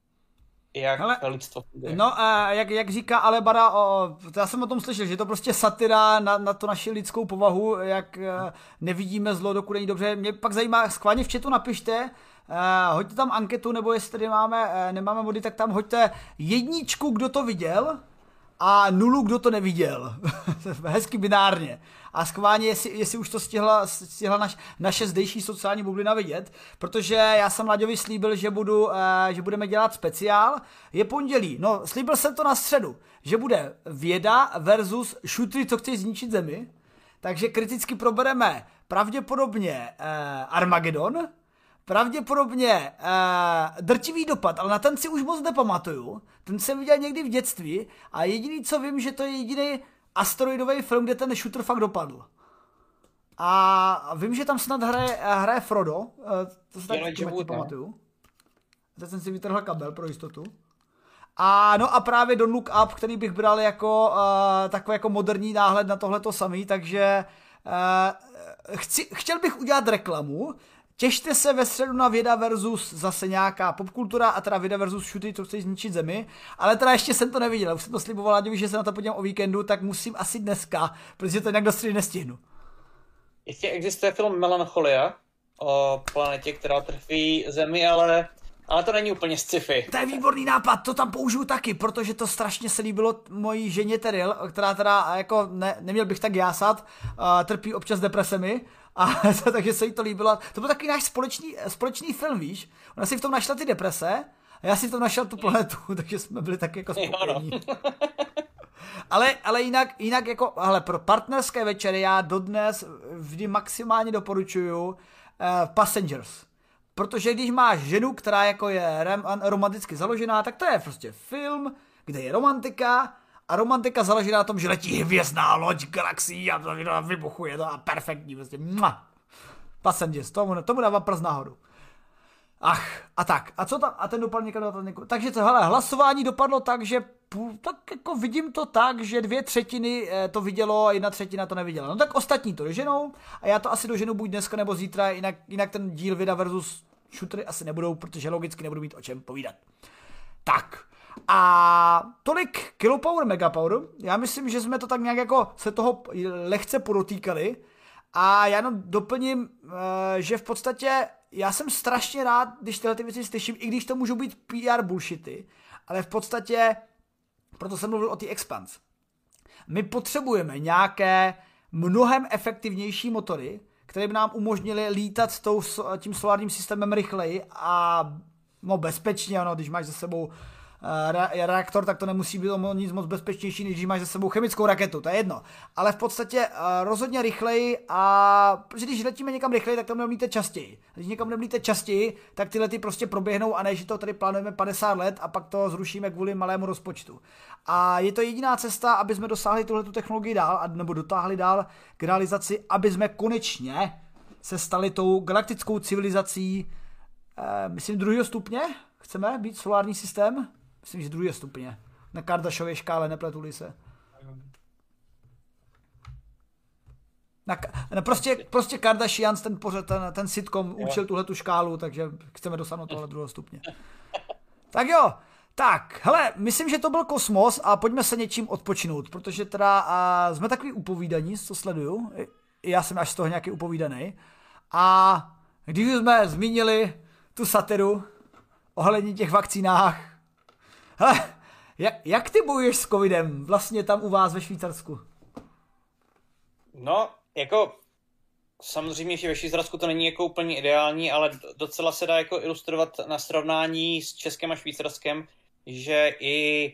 jak hele, lidstvo funguje. No a jak, jak říká Alebara, o, já jsem o tom slyšel, že je to prostě satira na, na to naši lidskou povahu, jak nevidíme zlo, dokud není dobře. Mě pak zajímá, schválně v chatu napište, Uh, hoďte tam anketu, nebo jestli tady máme, uh, nemáme body, tak tam hoďte jedničku, kdo to viděl a nulu, kdo to neviděl. Hezky binárně. A schválně, jestli, jestli už to stihla, stihla naš, naše zdejší sociální bublina vidět, protože já jsem Laďovi slíbil, že, budu, uh, že budeme dělat speciál. Je pondělí, no slíbil jsem to na středu, že bude věda versus šutry, co chtějí zničit zemi. Takže kriticky probereme pravděpodobně uh, Armagedon, pravděpodobně uh, drtivý dopad, ale na ten si už moc nepamatuju. Ten jsem viděl někdy v dětství a jediný, co vím, že to je jediný asteroidový film, kde ten shooter fakt dopadl. A vím, že tam snad hraje, hraje Frodo, uh, to se tak pamatuju. Teď jsem si vytrhl kabel pro jistotu. A no a právě Don't Look Up, který bych bral jako uh, takový jako moderní náhled na tohleto samý, takže uh, chci, chtěl bych udělat reklamu. Těšte se ve středu na věda versus zase nějaká popkultura a teda věda versus šuty, co chce zničit zemi, ale teda ještě jsem to neviděl, už jsem to sliboval Láďovi, že se na to podívám o víkendu, tak musím asi dneska, protože to jinak do středy nestihnu. Ještě existuje film Melancholia o planetě, která trpí zemi, ale, ale to není úplně sci-fi. To je výborný nápad, to tam použiju taky, protože to strašně se líbilo mojí ženě Teril, která teda jako ne, neměl bych tak jásat, uh, trpí občas depresemi. A takže se jí to líbilo. To byl takový náš společný, společný film, víš? Ona si v tom našla ty deprese a já si v tom našel tu planetu, takže jsme byli taky jako spokojení. ale, ale jinak, jinak jako, hele, pro partnerské večery já dodnes vždy maximálně doporučuju uh, Passengers. Protože když máš ženu, která jako je romanticky založená, tak to je prostě film, kde je romantika, a romantika založená na tom, že letí hvězdná loď galaxií a to vybuchuje to a perfektní, prostě. Mua. Passengers, tomu, tomu dávám prst nahoru. Ach, a tak. A co tam? A ten dopadl někam do otazníku. Takže to, hele, hlasování dopadlo tak, že půl, tak jako vidím to tak, že dvě třetiny to vidělo a jedna třetina to neviděla. No tak ostatní to doženou a já to asi doženu buď dneska nebo zítra, jinak, jinak ten díl věda versus shootery asi nebudou, protože logicky nebudu mít o čem povídat. Tak. A tolik kilopower, megapower. Já myslím, že jsme to tak nějak jako se toho lehce podotýkali. A já jenom doplním, že v podstatě já jsem strašně rád, když tyhle ty věci slyším, i když to můžou být P R bullshity, ale v podstatě, proto jsem mluvil o té Expanse. My potřebujeme nějaké mnohem efektivnější motory, které by nám umožnily lítat s tou, tím solárním systémem rychleji a no, bezpečně, ano, když máš za sebou Re- reaktor, tak to nemusí být nic moc bezpečnější, než když máš za sebou chemickou raketu, to je jedno. Ale v podstatě uh, rozhodně rychleji a protože když letíme někam rychleji, tak tam nemlíte častěji. Když někam nemlíte častěji, tak ty lety prostě proběhnou a ne, že to tady plánujeme padesát let a pak to zrušíme kvůli malému rozpočtu. A je to jediná cesta, aby jsme dosáhli tuhletu technologii dál, nebo dotáhli dál k realizaci, aby jsme konečně se stali tou galaktickou civilizací, uh, myslím druhého stupně. Chceme být solární systém? Myslím, že druhé stupně. Na Kardashiově škále, nepletuli se. Na, na prostě, prostě Kardashians, ten, pořad, ten, ten sitcom učil tuhletu škálu, takže chceme dosáhnout tohle druhého stupně. Tak jo, tak, hele, myslím, že to byl kosmos a pojďme se něčím odpočinout, protože teda a, jsme takový upovídaní, co sleduju, já jsem až z toho nějaký upovídaný. A když jsme zmínili tu satiru ohledně těch vakcínách, hele, jak, jak ty bojuješ s covidem vlastně tam u vás ve Švýcarsku? No, jako samozřejmě, že ve Švýcarsku to není jako úplně ideální, ale docela se dá jako ilustrovat na srovnání s Českem a Švýcarskem, že i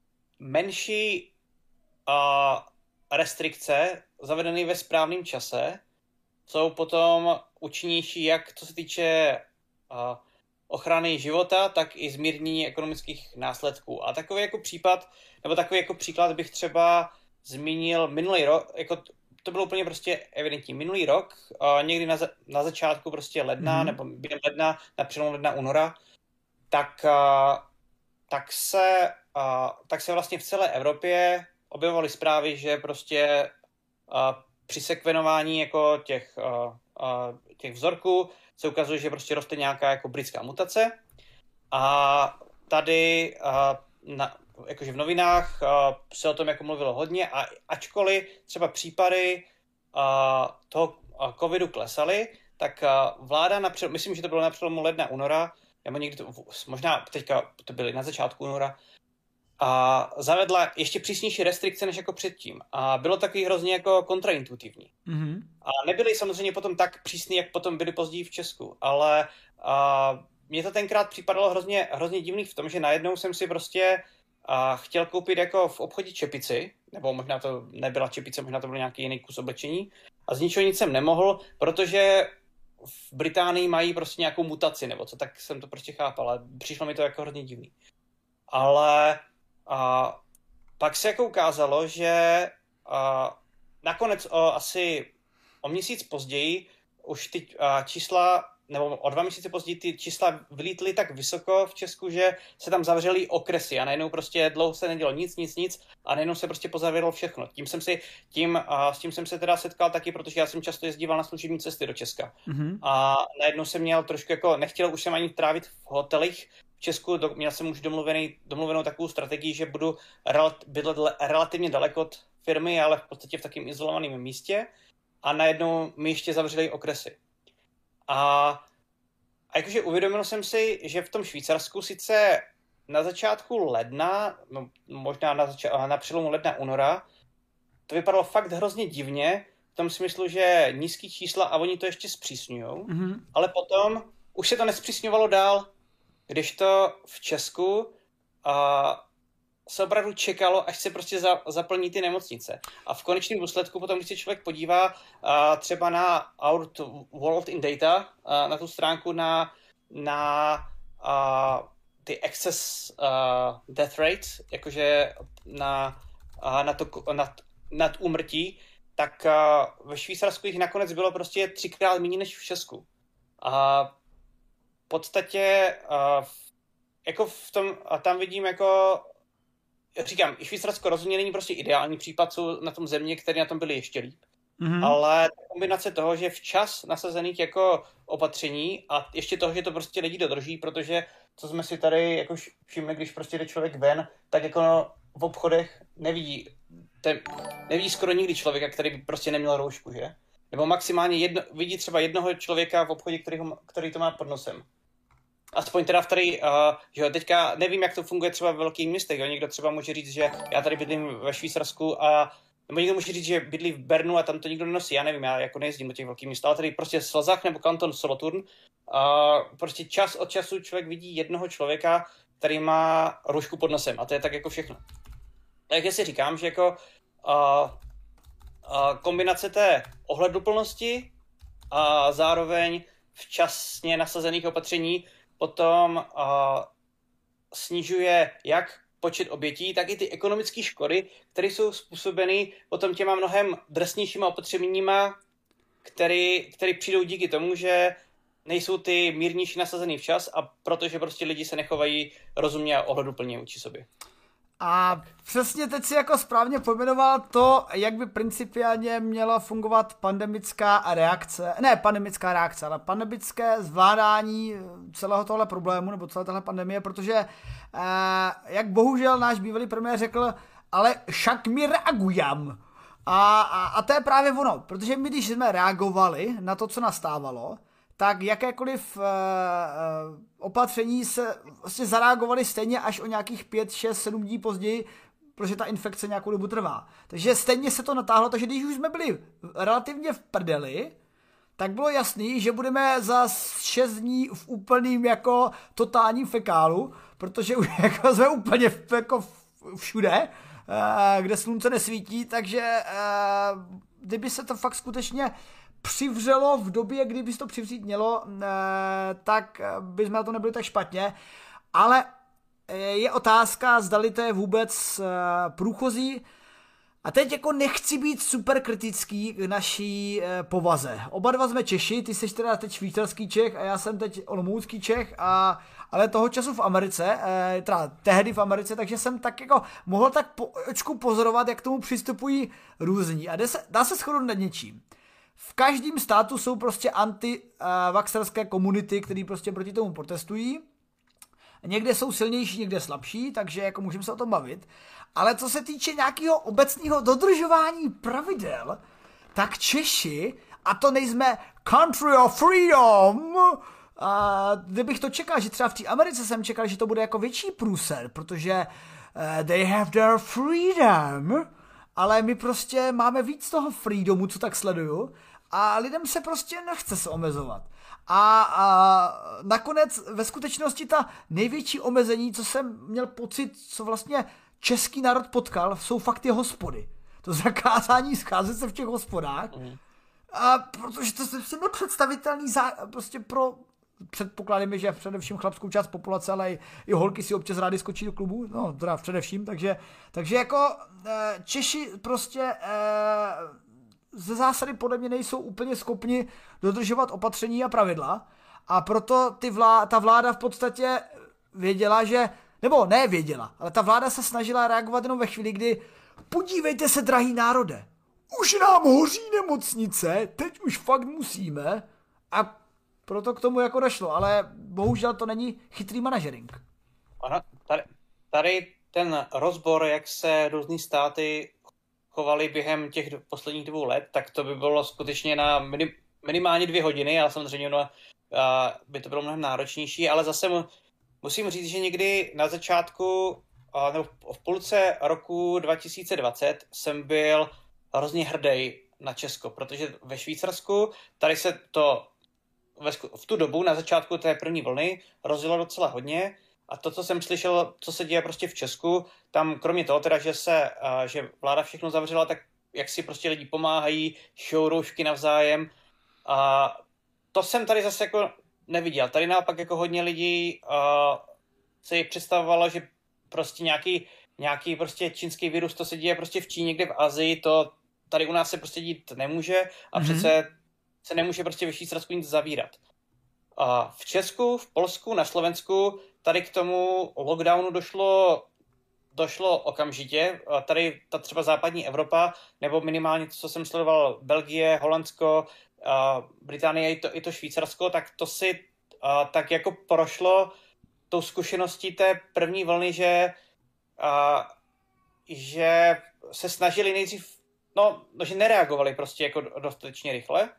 menší uh, restrikce zavedené ve správném čase jsou potom účinnější jak co se týče uh, ochrany života, tak i zmírnění ekonomických následků. A takový jako případ, nebo takový jako příklad bych třeba zmínil minulý rok, jako to bylo úplně prostě evidentní. Minulý rok, uh, někdy na, za, na začátku prostě ledna, mm-hmm. nebo během ledna, na přelomu ledna února, tak, uh, tak, se, uh, tak se vlastně v celé Evropě objevovaly zprávy, že prostě uh, při sekvenování jako těch, uh, uh, těch vzorků se ukazuje, že prostě roste nějaká jako britská mutace. A tady uh, na, jakože v novinách uh, se o tom jako mluvilo hodně a ačkoliv třeba případy uh, toho uh, covidu klesaly, tak uh, vláda, napřed, myslím, že to bylo na přelomu ledna února, nebo někdy to, možná teďka to byly na začátku února, a zavedla ještě přísnější restrikce než jako předtím. A bylo takový hrozně jako kontraintuitivní. Mm-hmm. A nebyly samozřejmě potom tak přísný, jak potom byly později v Česku, ale uh, mně to tenkrát připadalo hrozně, hrozně divný v tom, že najednou jsem si prostě uh, chtěl koupit jako v obchodě čepici, nebo možná to nebyla čepice, možná to byl nějaký jiný kus oblečení, a z ničeho nic jsem nemohl, protože v Británii mají prostě nějakou mutaci, nebo co, tak jsem to prostě chápal, ale přišlo mi to jako hrozně divný. Ale a pak se jako ukázalo, že a, nakonec o, asi o měsíc později už ty a, čísla, nebo o dva měsíce později ty čísla vylítly tak vysoko v Česku, že se tam zavřely okresy a najednou prostě dlouho se nedělo nic, nic, nic a najednou se prostě pozavělo všechno. Tím jsem si, tím, a, s tím jsem se teda setkal taky, protože já jsem často jezdíval na služební cesty do Česka. Mm-hmm. A najednou jsem měl trošku jako, nechtěl už jsem ani trávit v hotelích v Česku, do, měl jsem už domluvený, domluvenou takovou strategii, že budu rel, bydlet relativně daleko od firmy, ale v podstatě v takém izolovaném místě a najednou mi ještě zavřeli okresy. A, a jakože uvědomil jsem si, že v tom Švýcarsku sice na začátku ledna, no, možná na, zača- na přelomu ledna února, to vypadalo fakt hrozně divně, v tom smyslu, že nízký čísla a oni to ještě zpřísňujou, mm-hmm. ale potom už se to nespřísňovalo dál, když to v Česku uh, se opravdu čekalo, až se prostě za, zaplní ty nemocnice. A v konečném důsledku potom, když se člověk podívá uh, třeba na Our World in Data, uh, na tu stránku na, na uh, ty excess uh, death rates, jakože na, uh, na to, nad, nad úmrtí, tak uh, ve Švýcarsku jich nakonec bylo prostě třikrát méně než v Česku. A uh, v podstatě uh, jako v tom, a tam vidím jako, říkám, Švýcarsko rozhodně není prostě ideální případ, jsou na tom země, které na tom byly ještě líp. Mm-hmm. Ale kombinace toho, že včas nasazených jako opatření a ještě toho, že to prostě lidi dodrží, protože co jsme si tady jako všimli, když prostě jde člověk ven, tak jako no, v obchodech nevidí, ten, nevidí skoro nikdy člověka, který by prostě neměl roušku, že? Nebo maximálně jedno, vidí třeba jednoho člověka v obchodě, který, ho, který to má pod nosem. Aspoň teda v tady, uh, že jo, teďka nevím, jak to funguje třeba ve velkých městech, jo, někdo třeba může říct, že já tady bydlím ve Švýcarsku a nebo někdo může říct, že bydlí v Bernu a tam to nikdo nenosí, já nevím, já jako nejezdím do těch velkých měst, ale tady prostě Slezák nebo kanton Solothurn, a prostě čas od času člověk vidí jednoho člověka, který má roušku pod nosem a to je tak jako všechno. Takže si říkám, že jako uh, uh, kombinace té ohleduplnosti a zároveň včasně nasazených opatření potom uh, snižuje jak počet obětí, tak i ty ekonomické škody, které jsou způsobeny potom těma mnohem drsnějšíma opatřeníma, které, které přijdou díky tomu, že nejsou ty mírnější nasazený včas a protože prostě lidi se nechovají rozumně a ohleduplně vůči sobě. A přesně teď si jako správně pojmenoval to, jak by principiálně měla fungovat pandemická reakce, ne pandemická reakce, ale pandemické zvládání celého tohle problému nebo celé téhle pandemie, protože eh, jak bohužel náš bývalý premiér řekl, ale však my reagujem. A, a, a to je právě ono, protože my když jsme reagovali na to, co nastávalo, tak jakékoliv uh, uh, opatření se vlastně zareagovaly stejně až o nějakých pět, šest, sedm dní později, protože ta infekce nějakou dobu trvá. Takže stejně se to natáhlo, takže když už jsme byli relativně v prdeli, tak bylo jasný, že budeme za šest dní v úplným jako totálním fekálu, protože už jako jsme úplně v, jako všude, uh, kde slunce nesvítí, takže uh, kdyby se to fakt skutečně přivřelo v době, kdyby to přivřít mělo, tak bychom na to nebyli tak špatně, ale je otázka, zdali to je vůbec průchozí. A teď jako nechci být super kritický k naší povaze. Oba dva jsme Češi, ty jsi teda teď švýcarský Čech a já jsem teď olomoucký Čech, a, ale toho času v Americe, teda tehdy v Americe, takže jsem tak jako mohl tak po očku pozorovat, jak k tomu přistupují různí. A dá se, dá se shodnout nad něčím. V každém státu jsou prostě anti-vaxerské komunity, které prostě proti tomu protestují. Někde jsou silnější, někde slabší, takže jako můžeme se o tom bavit. Ale co se týče nějakého obecného dodržování pravidel, tak Češi, a to nejsme country of freedom, a kdybych to čekal, že třeba v té Americe jsem čekal, že to bude jako větší průser, protože uh, they have their freedom, ale my prostě máme víc toho freedomu, co tak sleduju, a lidem se prostě nechce se omezovat. A, a nakonec ve skutečnosti ta největší omezení, co jsem měl pocit, co vlastně český národ potkal, jsou fakt ty hospody. To zakázání scházet se v těch hospodách. Mm. A protože to je prostě nepředstavitelný zá, prostě pro, předpokládáme, že především chlapskou část populace, ale i, i holky si občas rády skočí do klubu, no teda především, takže, takže jako Češi prostě ze zásady podle mě nejsou úplně schopni dodržovat opatření a pravidla, a proto ty vlá, ta vláda v podstatě věděla, že, nebo ne věděla, ale ta vláda se snažila reagovat jenom ve chvíli, kdy podívejte se, drahý národe, už nám hoří nemocnice, teď už fakt musíme, a proto k tomu jako došlo, ale bohužel to není chytrý manažering. Ano, tady, tady ten rozbor, jak se různý státy chovali během těch posledních dvou let, tak to by bylo skutečně na minim, minimálně dvě hodiny, ale samozřejmě no, by to bylo mnohem náročnější, ale zase musím říct, že někdy na začátku, nebo v půlce roku dva tisíce dvacet jsem byl hrozně hrdý na Česko, protože ve Švýcarsku tady se to v tu dobu, na začátku té první vlny, rozjelo docela hodně, a to, co jsem slyšel, co se děje prostě v Česku, tam kromě toho teda, že se, že vláda všechno zavřela, tak jak si prostě lidi pomáhají, šijou roušky navzájem, a to jsem tady zase jako neviděl. Tady naopak jako hodně lidí uh, se jí představovalo, že prostě nějaký, nějaký prostě čínský virus, to se děje prostě v Číně, někde v Asii, to tady u nás se prostě dít nemůže, a mm-hmm. přece se nemůže prostě ve Švýcarsku nic zavírat. A v Česku, v Polsku, na Slovensku tady k tomu lockdownu došlo, došlo okamžitě. A tady ta třeba západní Evropa, nebo minimálně to, co jsem sledoval, Belgie, Holandsko, a Británie, i to, i to Švýcarsko, tak to si a, tak jako prošlo tou zkušeností té první vlny, že, a, že se snažili nejdřív, no, no, že nereagovali prostě jako dostatečně rychle,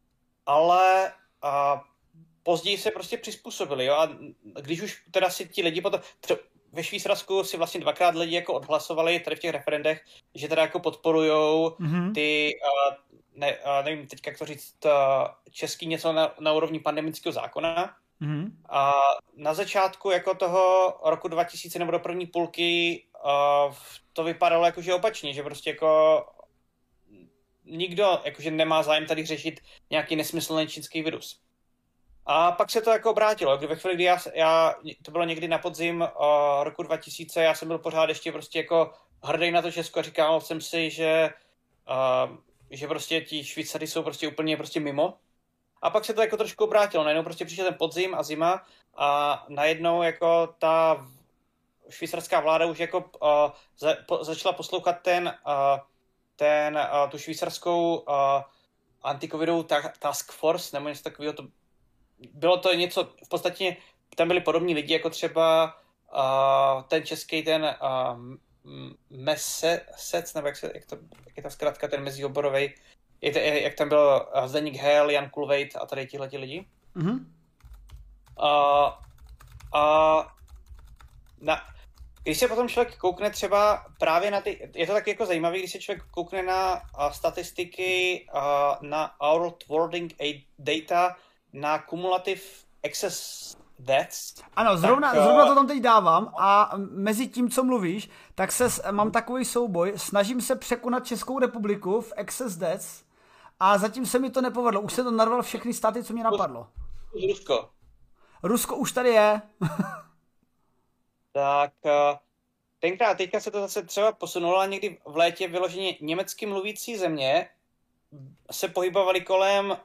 ale a, později se prostě přizpůsobili, jo, a když už teda si ti lidi potom, ve Švýcarsku si vlastně dvakrát lidi jako odhlasovali tady v těch referendech, že teda jako podporujou mm-hmm. ty, uh, ne, uh, nevím teď jak to říct, uh, český něco na, na úrovni pandemického zákona. Mm-hmm. A na začátku jako toho roku dva tisíce nebo do první půlky uh, to vypadalo jakože opačně, že prostě jako nikdo jakože nemá zájem tady řešit nějaký nesmyslný čínský virus. A pak se to jako obrátilo. Ve chvíli, kdy já, já, to bylo někdy na podzim uh, roku dva tisíce, já jsem byl pořád ještě prostě jako hrdý na to Česko a říkal jsem si, že, uh, že prostě ti Švýcaři jsou prostě úplně prostě mimo. A pak se to jako trošku obrátilo. Najednou prostě přišel ten podzim a zima a najednou jako ta švýcarská vláda už jako uh, za, po, začala poslouchat ten, uh, ten uh, tu švýcarskou uh, antikovidovou task force, nebo něco takového. To, bylo to něco, v podstatě tam byli podobní lidi, jako třeba uh, ten český, ten uh, Mesec, nebo jak, se, jak, to, jak je ta zkrátka, ten mezioborovej, jak tam byl Zdeněk Hel, Jan Kulvejt a tady tihleti lidi. Mm-hmm. Uh, uh, na, když se potom člověk koukne třeba právě na ty, je to tak jako zajímavé, když se člověk koukne na uh, statistiky, uh, na World Wording Data, na cumulative excess deaths. Ano, zrovna, tak, zrovna to tam teď dávám a mezi tím, co mluvíš, tak se, mám takový souboj, snažím se překonat Českou republiku v excess deaths a zatím se mi to nepovedlo. Už se to narval všechny státy, co mě napadlo. Rusko. Rusko už tady je. Tak tenkrát, teďka se to zase třeba posunulo, a někdy v létě vyloženě německy mluvící země se pohybovaly kolem uh,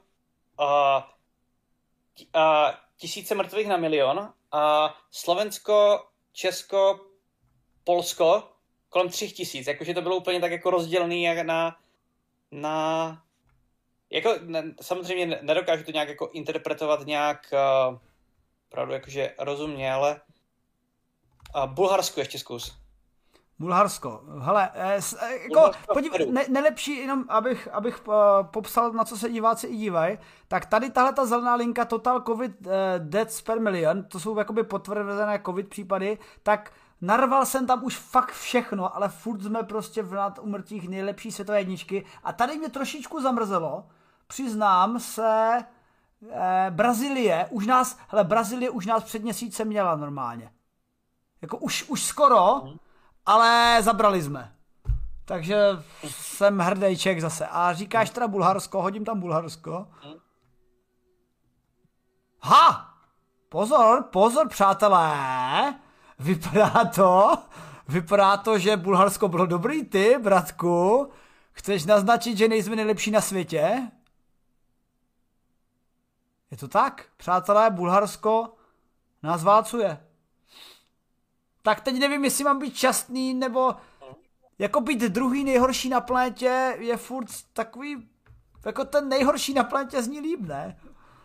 uh, tisíce mrtvých na milion a Slovensko, Česko, Polsko kolem tři tisíc. Jakože to bylo úplně tak jako rozdělený jak na, na jako ne, samozřejmě nedokážu to nějak jako interpretovat nějak uh, pravdu jakože rozumně, ale uh, Bulharsko ještě zkus. Bulharsko. Hele, eh, jako, podívej, ne, nelepší, jenom abych, abych uh, popsal, na co se diváci i dívají, tak tady tahle ta zelená linka Total COVID uh, Deaths per Million, to jsou jakoby potvrzené COVID případy, tak narval jsem tam už fakt všechno, ale furt jsme prostě v nad umrtích nejlepší světové jedničky a tady mě trošičku zamrzelo, přiznám se, eh, Brazílie, už nás, hele, Brazílie už nás před měsícem měla normálně. Jako už, už skoro, mm. ale zabrali jsme. Takže jsem hrdý Čech zase. A říkáš teda Bulharsko, hodím tam Bulharsko. Ha! Pozor, pozor, přátelé. Vypadá to, vypadá to, že Bulharsko bylo dobrý ty, bratku. Chceš naznačit, že nejsme nejlepší na světě? Je to tak? Přátelé, Bulharsko nás válcuje. Tak teď nevím, jestli mám být šťastný, nebo jako být druhý nejhorší na planetě je furt takový, jako ten nejhorší na planetě zní líp, ne?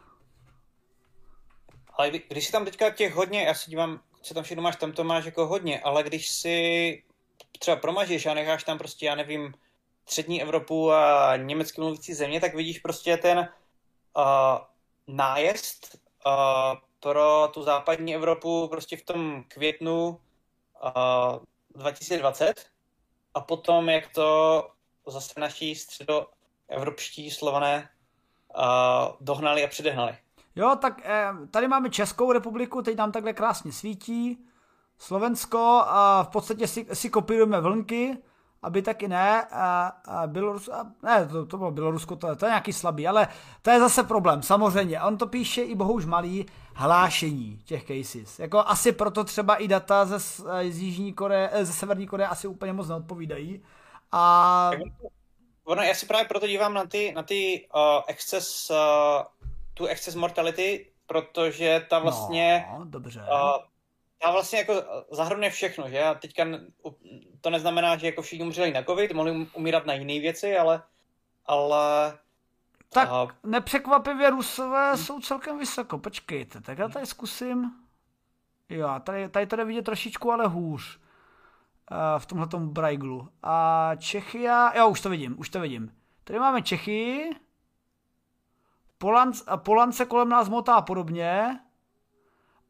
Ale když si tam teďka těch hodně, já si dívám, co tam všechno máš, tam to máš jako hodně, ale když si třeba promažeš a necháš tam prostě, já nevím, střední Evropu a německy mluvící země, tak vidíš prostě ten uh, nájezd uh, pro tu západní Evropu prostě v tom květnu uh, dva tisíce dvacet a potom, jak to zase naši středoevropští Slované uh, dohnali a předehnali. Jo, tak eh, tady máme Českou republiku, teď nám takhle krásně svítí, Slovensko a v podstatě si, si kopírujeme vlnky, aby taky ne, a, a Bělorusko, a, ne, to, to bylo Bělorusko, to, to je nějaký slabý, ale to je zase problém, samozřejmě, on to píše i bohuž malý hlášení těch cases, jako asi proto třeba i data ze, z Jižní Koreje, ze Severní Koreje asi úplně moc neodpovídají. A... Ono, já si právě proto dívám na ty, na ty uh, excess, uh, tu excess mortality, protože ta vlastně... No, dobře. Uh, ta vlastně jako zahrnuje všechno, že? A teďka to neznamená, že jako všichni umřeli na covid, mohli umírat na jiné věci, ale... ale tak uh, nepřekvapivě Rusové jsou celkem vysoko, počkejte, tak já tady zkusím... Jo, tady, tady to jde vidět trošičku, ale hůř. Uh, v tomhletom Braiglu. A Čechia... Jo, už to vidím, už to vidím. Tady máme Čechy... Polance, Polance kolem nás motá podobně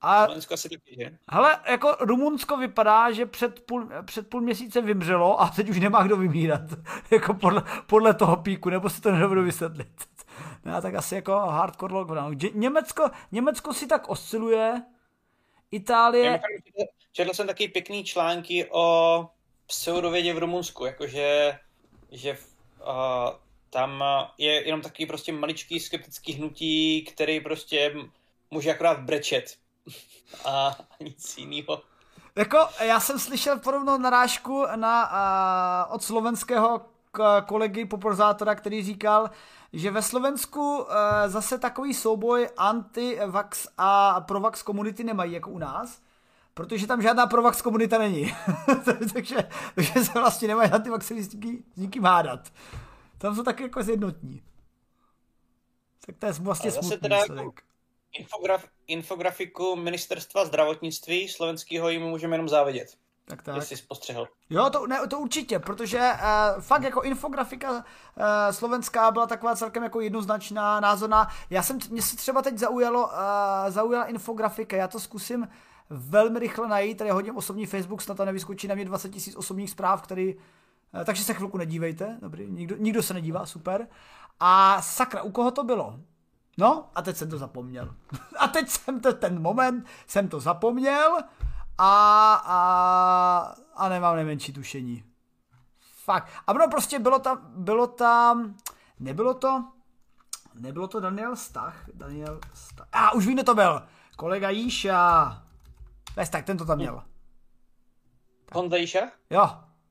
A, Slovensko asi taky, že? hele, jako Rumunsko vypadá, že před půl, před půl měsíce vymřelo a teď už nemá kdo vymírat. Jako podle, podle toho píku, nebo si to nebudu vysvětlit. No, tak asi jako hardcore lockdown. Německo, Německo si tak osciluje, Itálie... Četl jsem taky pěkný články o pseudovědě v Rumunsku, jakože že uh, tam je jenom takový prostě maličký skeptický hnutí, který prostě může akorát brečet a nic jiného. Jako, já jsem slyšel podobnou narážku na, uh, od slovenského kolegy popularizátora, který říkal, že ve Slovensku uh, zase takový souboj anti-vax a pro-vax komunity nemají jako u nás, protože tam žádná pro-vax komunita není. takže, takže se vlastně nemají anti-vaxery s nikým hádat. Tam jsou taky jako zjednotní. Tak to je vlastně smutný výsledek. Infograf, infografiku ministerstva zdravotnictví slovenského jim můžeme jenom závidět. Tak tak. Jestli jsi postřehl. Jo, to, ne, to určitě, protože uh, fakt jako infografika uh, slovenská byla taková celkem jako jednoznačná, názorná. Já jsem, mě se třeba teď zaujalo, uh, zaujala infografika, já to zkusím velmi rychle najít, tady hodně osobní Facebook, snad to nevyskočí na mě dvacet tisíc osobních zpráv, který, uh, takže se chvilku nedívejte, dobrý, nikdo, nikdo se nedívá, super. A sakra, u koho to bylo? No, a teď jsem to zapomněl. A teď jsem to, ten moment, jsem to zapomněl a, a, a nemám nejmenší tušení. Fakt. A no prostě bylo tam, bylo tam, nebylo to, nebylo to Daniel Stach, Daniel Stach. A ah, už vím, kdo to byl. Kolega Jíša. Bez tak, ten to tam měl. Honza Jíša? Jo.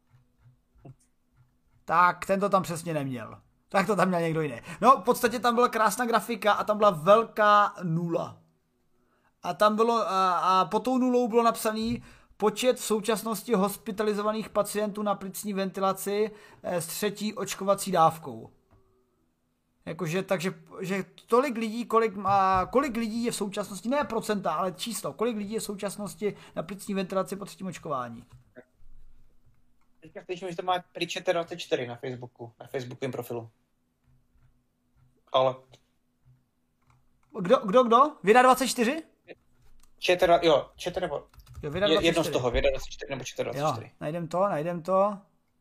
Tak, ten to tam přesně neměl. Tak to tam měl někdo jiný. No, v podstatě tam byla krásná grafika a tam byla velká nula. A tam bylo, a, a pod tou nulou bylo napsaný počet v současnosti hospitalizovaných pacientů na plicní ventilaci s třetí očkovací dávkou. Jakože, takže, že tolik lidí, kolik, má, kolik lidí je v současnosti, ne procenta, ale číslo, kolik lidí je v současnosti na plicní ventilaci po třetím očkování. Teďka slyším, že to má Pričete dvacet čtyři na Facebooku, na Facebookovém profilu. Ale... Kdo, kdo, kdo? Věda dvacet čtyři? Četera, jo, Četera nebo... Jo, Věda dvacet čtyři. Jedno z toho, Věda dvacet čtyři nebo Četera dvacet čtyři. Jo, najdem to, najdem to.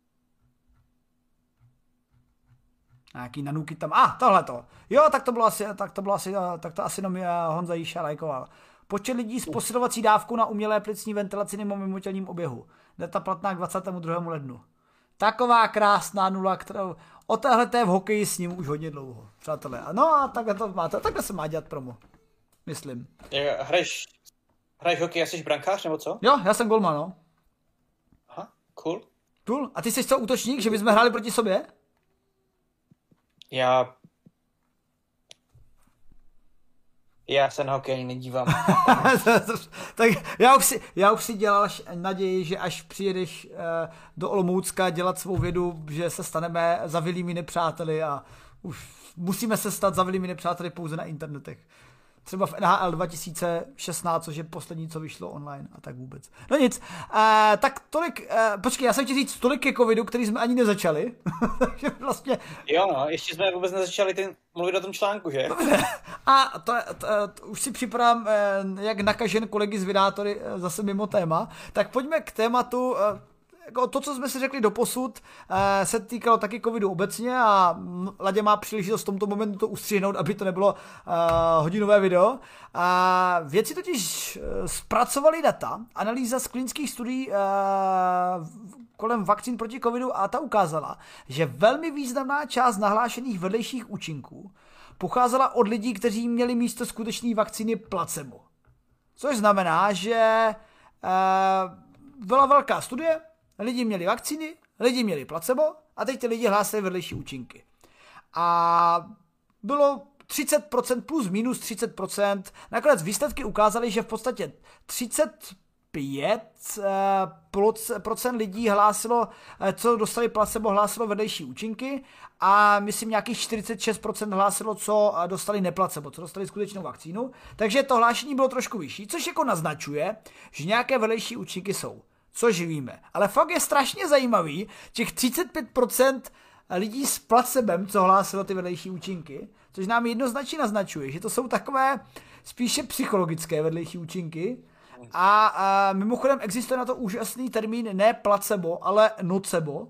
Nějaký nanuky tam. A, ah, tohle to. Jo, tak to bylo asi, tak to bylo asi, tak to asi jenom Honza Jíša lajkoval. Počet lidí s posilovací dávkou na umělé plicní ventilaci nebo mimotělním oběhu. Data platná k dvacátému druhému lednu. Taková krásná nula, kterou o téhle té v hokeji s ním už hodně dlouho. Přátelé. No a takhle to má, takhle se má dělat promo. Myslím. Hraješ, hraješ hokej, jsi brankář nebo co? Jo, já jsem golman, no. Aha, cool. Cool. A ty jsi co, útočník, že bychom hráli proti sobě? Já... Já se na hokej nedívám. Tak já už, si, já už si dělal naději, že až přijedeš uh, do Olomoucka dělat svou vědu, že se staneme zavilými nepřáteli a už musíme se stát zavilými nepřáteli pouze na internetech. Třeba v N H L dva tisíce šestnáct, což je poslední, co vyšlo online a tak vůbec. No nic, uh, tak tolik, uh, počkej, já jsem chtěl říct tolik ke covidu, který jsme ani nezačali. Takže vlastně... Jo no, ještě jsme vůbec nezačali ten, mluvit o tom článku, že? A to, to, to, už si připadám, uh, jak nakažen kolegy z Vydátory uh, zase mimo téma. Tak pojďme k tématu... Uh, Jako to, co jsme si řekli doposud, se týkalo taky covidu obecně a Ladě má příležitost v tomto momentu to ustřihnout, aby to nebylo hodinové video. Vědci totiž zpracovali data, analýza z klinických studií kolem vakcín proti covidu a ta ukázala, že velmi významná část nahlášených vedlejších účinků pocházela od lidí, kteří měli místo skutečné vakcíny placebo. Což znamená, že byla velká studie, lidi měli vakcíny, lidi měli placebo a teď ty lidi hlásili vedlejší účinky. A bylo třicet procent plus minus třicet procent. Nakonec výsledky ukázaly, že v podstatě třicet pět procent lidí hlásilo, co dostali placebo, hlásilo vedlejší účinky a myslím nějakých čtyřicet šest procent hlásilo, co dostali neplacebo, co dostali skutečnou vakcínu. Takže to hlášení bylo trošku vyšší, což jako naznačuje, že nějaké vedlejší účinky jsou. Což víme. Ale fakt je strašně zajímavý, těch třicet pět procent lidí s placebem, co hlásilo ty vedlejší účinky, což nám jednoznačně naznačuje, že to jsou takové spíše psychologické vedlejší účinky. A, a mimochodem existuje na to úžasný termín ne placebo, ale nocebo.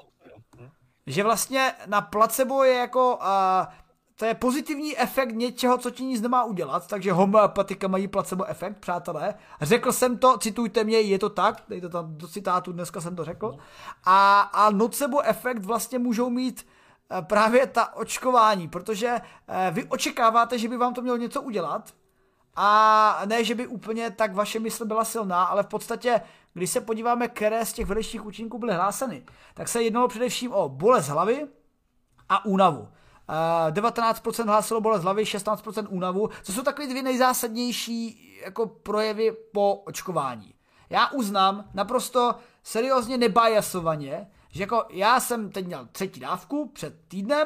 Že vlastně na placebo je jako, a, to je pozitivní efekt něčeho, co ti nic nemá udělat, takže homeopatika mají placebo efekt, přátelé. Řekl jsem to, citujte mě, je to tak, dejte tam do citátu, dneska jsem to řekl. A, a nocebo efekt vlastně můžou mít právě ta očkování, protože vy očekáváte, že by vám to mělo něco udělat, a ne, že by úplně tak vaše mysl byla silná, ale v podstatě, když se podíváme, které z těch vedlejších účinků byly hláseny, tak se jednalo především o bolest hlavy a únavu. devatenáct procent hlásilo bolest hlavy, šestnáct procent únavu, co jsou takové dvě nejzásadnější jako projevy po očkování. Já uznám naprosto seriózně nebajasovaně, že jako já jsem teď měl třetí dávku před týdnem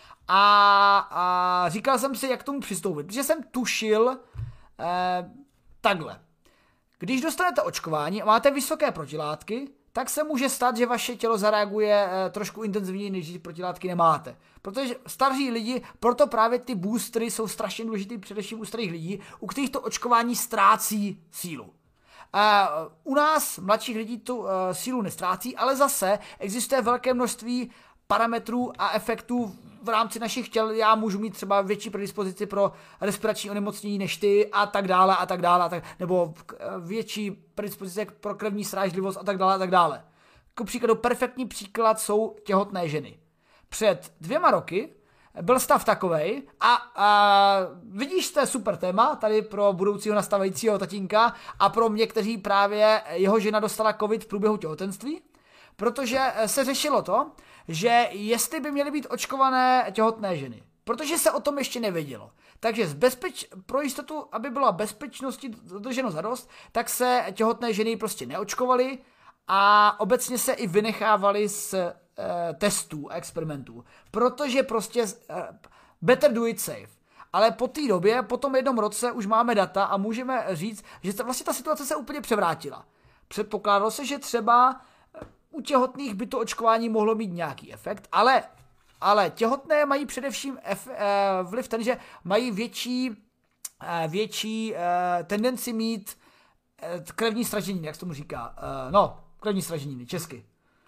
a, a říkal jsem si, jak k tomu přistoupit, protože jsem tušil eh, takhle. Když dostanete očkování a máte vysoké protilátky, tak se může stát, že vaše tělo zareaguje eh, trošku intenzivněji, než když protilátky nemáte. Protože staří lidi, proto právě ty boostery jsou strašně důležitý, především u starých lidí, u kterých to očkování ztrácí sílu. Uh, u nás, mladších lidí, tu uh, sílu nestrácí, ale zase existuje velké množství parametrů a efektů v rámci našich těl. Já můžu mít třeba větší predispozici pro respirační onemocnění než ty a tak dále a tak dále, a tak, nebo větší predispozice pro krevní srážlivost a tak dále a tak dále. Jako příkladu, perfektní příklad jsou těhotné ženy. Před dvěma roky byl stav takovej a, a vidíš, to je super téma tady pro budoucího nastávajícího tatínka a pro mě, kteří právě jeho žena dostala covid v průběhu těhotenství, protože se řešilo to, že jestli by měly být očkované těhotné ženy, protože se o tom ještě nevědělo. Takže z bezpeč... pro jistotu, aby byla bezpečnosti dodrženo zadost, tak se těhotné ženy prostě neočkovaly a obecně se i vynechávaly z e, testů a experimentů. Protože prostě e, better do it safe. Ale po té době, po tom jednom roce už máme data a můžeme říct, že ta, vlastně ta situace se úplně převrátila. Předpokládalo se, že třeba u těhotných by to očkování mohlo mít nějaký efekt, ale, ale těhotné mají především ef, e, vliv ten, že mají větší, e, větší e, tendenci mít e, krevní sraženiny, jak se tomu říká. E, no, krevní sraženiny, česky.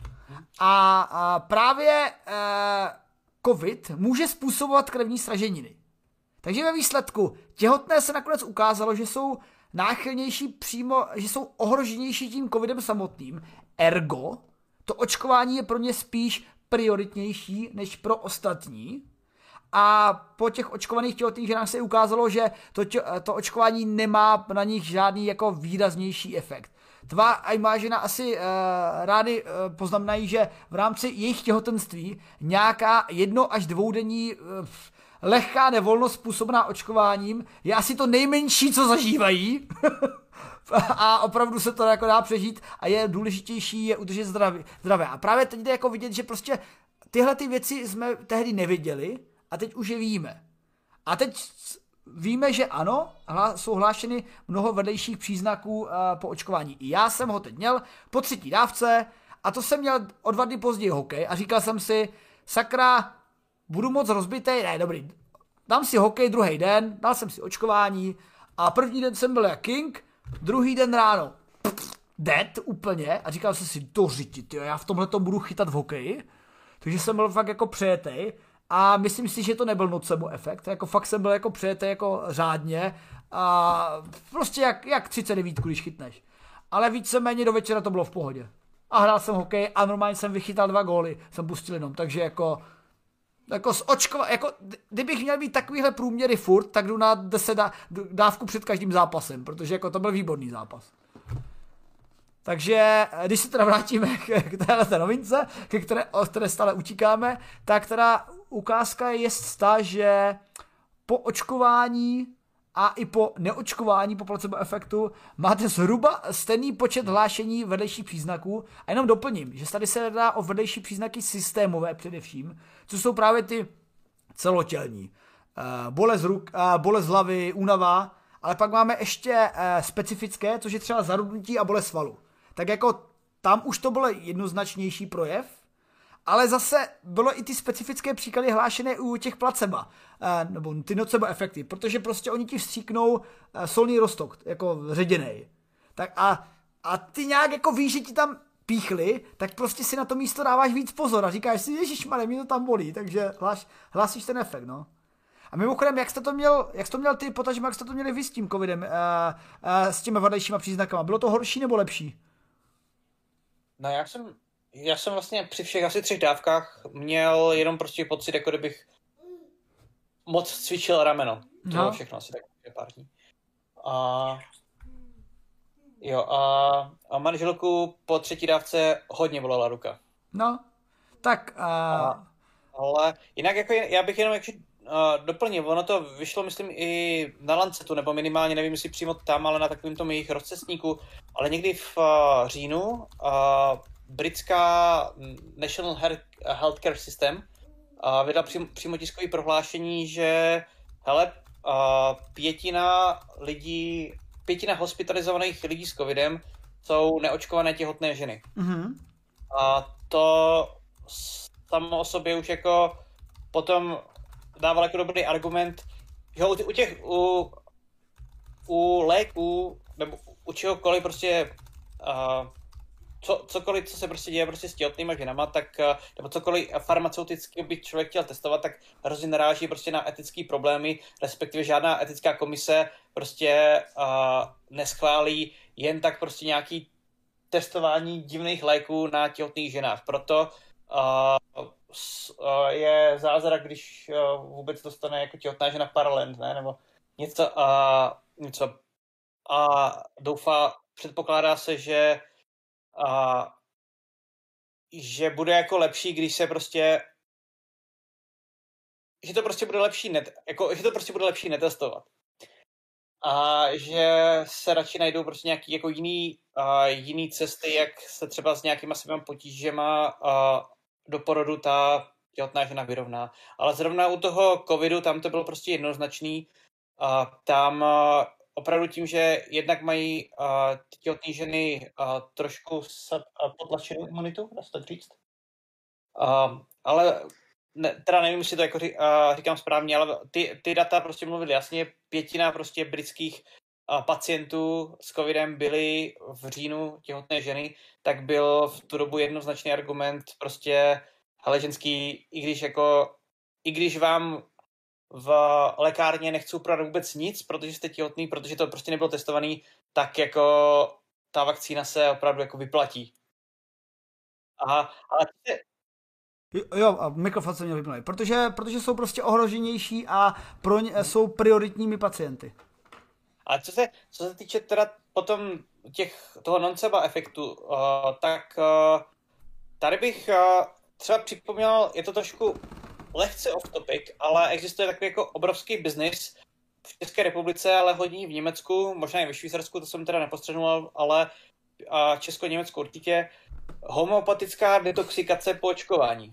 A, a právě e, covid může způsobovat krevní sraženiny. Takže ve výsledku těhotné se nakonec ukázalo, že jsou náchylnější přímo, že jsou ohroženější tím covidem samotným. Ergo, to očkování je pro ně spíš prioritnější než pro ostatní. A po těch očkovaných těhotných ženách se ukázalo, že to, tě, to očkování nemá na nich žádný jako výraznější efekt. Tvá a má žena asi uh, rády uh, poznamenají, že v rámci jejich těhotenství nějaká jedno až dvoudenní uh, lehká nevolnost způsobená očkováním je asi to nejmenší, co zažívají. A opravdu se to jako dá přežít a je důležitější je udržet zdraví, zdravé. A právě teď jde jako vidět, že prostě tyhle ty věci jsme tehdy neviděli a teď už je víme. A teď víme, že ano, jsou hlášeny mnoho vedlejších příznaků uh, po očkování. I já jsem ho teď měl po třetí dávce a to jsem měl o dva dny později hokej a říkal jsem si, sakra, budu moc rozbitej, ne, dobrý, dám si hokej druhý den, dal jsem si očkování a první den jsem byl jak king, druhý den ráno pff, dead úplně a říkal jsem si, to řiti, tyjo, já v tomhle to budu chytat v hokeji, takže jsem byl fakt jako přejetej a myslím si, že to nebyl nocebo efekt, jako fakt jsem byl jako přejetej jako řádně a prostě jak, jak třicet devět, když chytneš. Ale víceméně do večera to bylo v pohodě. A hrál jsem hokej a normálně jsem vychytal dva góly, jsem pustil jenom, takže jako Jako z očkova, jako kdybych měl být takovýhle průměry furt, tak jdu na deset dávku před každým zápasem, protože jako to byl výborný zápas. Takže když se teda vrátíme k téhle novince, ke které, o které stále utíkáme, tak teda ukázka je ta, že po očkování a i po neočkování, po placebo efektu, máte zhruba stejný počet hlášení vedlejších příznaků. A jenom doplním, že tady se dá o vedlejší příznaky systémové především, co jsou právě ty celotělní. Uh, bolest ruk, uh, bolest hlavy, únava, ale pak máme ještě uh, specifické, což je třeba zarudnutí a bolest svalu. Tak jako tam už to byl jednoznačnější projev, ale zase bylo i ty specifické příklady hlášené u těch placeba, nebo ty nocebo efekty, protože prostě oni ti vstříknou solný roztok, jako ředěnej. Tak a, a ty nějak jako víš, že ti tam píchli, tak prostě si na to místo dáváš víc pozor a říkáš si, ježišmarja, mě to tam bolí, takže hlás, hlásíš ten efekt, no. A mimochodem, jak jste to měl, jak jste to měl ty, potažmo, jak jste to měli vy s tím covidem, uh, uh, s těmi vedlejšíma příznakama, bylo to horší nebo lepší? No já jsem, já jsem vlastně při všech asi třech dávkách měl jenom prostě pocit, jako kdybych moc cvičil rameno. To bylo no. všechno asi tak pár dní. A jo, a, a manželku po třetí dávce hodně bolela ruka. No, tak... Uh... A, ale jinak jako já bych jenom jakži uh, doplnil, ono to vyšlo, myslím, i na Lancetu, nebo minimálně, nevím, jestli přímo tam, ale na takovým tom jejich rozcestníku, ale někdy v uh, říjnu uh, britská National Healthcare System uh, vydala přím, přímo tiskové prohlášení, že hele, uh, pětina lidí, pětina hospitalizovaných lidí s covidem jsou neočkované těhotné ženy. Mm-hmm. A to samo o sobě už jako potom dával jako dobrý argument, že u, u těch, u, u léků, nebo u čehokoliv prostě, uh, co, cokoliv, co se prostě děje prostě s těhotnýma ženama, tak, uh, nebo cokoliv farmaceutického by člověk chtěl testovat, tak hrozně naráží prostě na etické problémy, respektive žádná etická komise prostě uh, neschválí jen tak prostě nějaký testování divných léků na těhotných ženách. Proto uh, uh, je zázrak, když uh, vůbec dostane jako těhotná žena Paralent, ne? Nebo něco, uh, něco. A doufá, předpokládá se, že uh, že bude jako lepší, když se prostě že to prostě bude lepší net, jako, že to prostě bude lepší netestovat. A že se radši najdou prostě nějaký jako jiný, uh, jiný cesty, jak se třeba s nějakýma svými potížema uh, do porodu ta těhotná žena vyrovná. Ale zrovna u toho covidu tam to bylo prostě jednoznačný. Uh, tam uh, opravdu tím, že jednak mají uh, těhotné ženy uh, trošku uh, potlačenou imunitu, dá se tak říct. Uh, ale ne, teda nevím, jestli to jako ří, uh, říkám správně, ale ty, ty data prostě mluvily jasně. Pětina prostě britských uh, pacientů s covidem byly v říjnu těhotné ženy, tak byl v tu dobu jednoznačný argument prostě, hele ženský, i když jako, i když vám v lékárně nechci prodat vůbec nic, protože jste těhotný, protože to prostě nebylo testovaný, tak jako ta vakcína se opravdu jako vyplatí. Aha, ale Jo, a mikrofon se měl vypnout, protože, protože jsou prostě ohroženější a pro ně jsou prioritními pacienty. A co se, co se týče teda potom těch, toho nocebo efektu, uh, tak uh, tady bych uh, třeba připomněl, je to trošku lehce off topic, ale existuje takový jako obrovský biznis v České republice, ale hodně v Německu, možná i ve Švýcarsku, to jsem teda nepostřehnul, ale uh, Česko-Německo určitě, homeopatická detoxikace po očkování.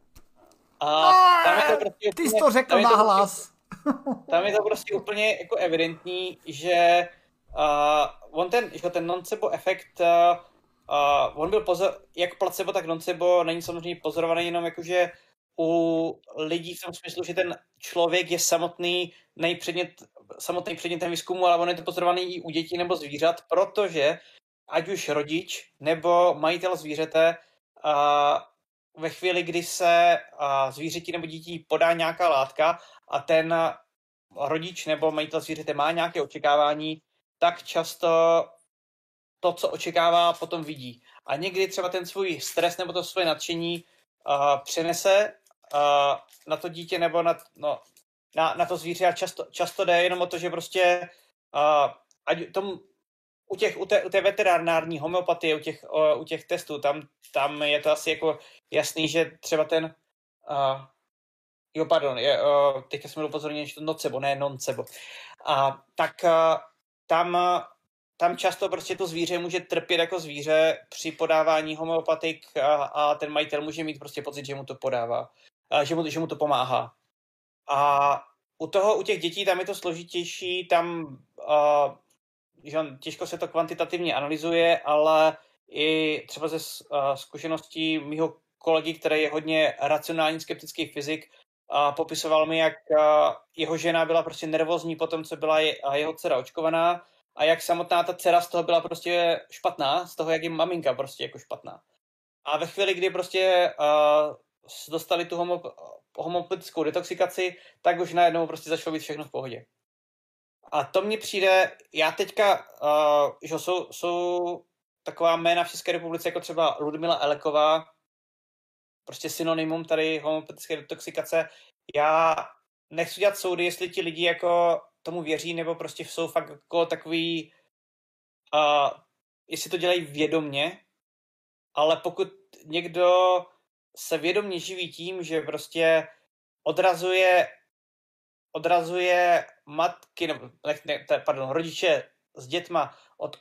A tam je to prostě úplně, ty jsi to řekl nahlas. Prostě, tam je to prostě úplně jako evidentní, že uh, on ten, že ten nocebo efekt, uh, uh, on byl pozor, jak placebo, tak nocebo není samozřejmě pozorovaný jenom jakože u lidí v tom smyslu, že ten člověk je samotný nejpředmět, samotný předmětem výzkumu, ale on je to pozorovaný i u dětí nebo zvířat, protože ať už rodič nebo majitel zvířete uh, ve chvíli, kdy se uh, zvířeti nebo dítí podá nějaká látka a ten rodič nebo majitel zvířete má nějaké očekávání, tak často to, co očekává, potom vidí. A někdy třeba ten svůj stres nebo to svoje nadšení uh, přenese uh, na to dítě nebo na, no, na, na to zvíře a často, často jde jenom o to, že prostě uh, ať tomu U, těch, u, té, u té veterinární homeopatie, u těch, uh, u těch testů, tam, tam je to asi jako jasný, že třeba ten, uh, jo pardon, je, uh, teďka jsme upozorněni, že to nocebo, ne noncebo. Uh, tak uh, tam, uh, tam často prostě to zvíře může trpět jako zvíře při podávání homeopatik a, a ten majitel může mít prostě pocit, že mu to podává, uh, že, mu, že mu to pomáhá. A u toho, u těch dětí tam je to složitější, tam uh, že těžko se to kvantitativně analyzuje, ale i třeba ze uh, zkušeností mýho kolegy, který je hodně racionální skeptický fyzik, a popisoval mi, jak jeho žena byla prostě nervózní po tom, co byla je, jeho dcera očkovaná a jak samotná ta dcera z toho byla prostě špatná, z toho, jak je maminka prostě jako špatná. A ve chvíli, kdy prostě uh, dostali tu homo, homopatickou detoxikaci, tak už najednou prostě začalo být všechno v pohodě. A to mně přijde, já teďka, uh, že jsou, jsou taková jména v České republice, jako třeba Ludmila Eleková, prostě synonymum tady homopatické detoxikace. Já nechci dělat soudy, jestli ti lidi jako tomu věří, nebo prostě jsou fakt jako takový, uh, jestli to dělají vědomně, ale pokud někdo se vědomně živí tím, že prostě odrazuje odrazuje matky, nebo ne, ne, pardon, rodiče s dětma od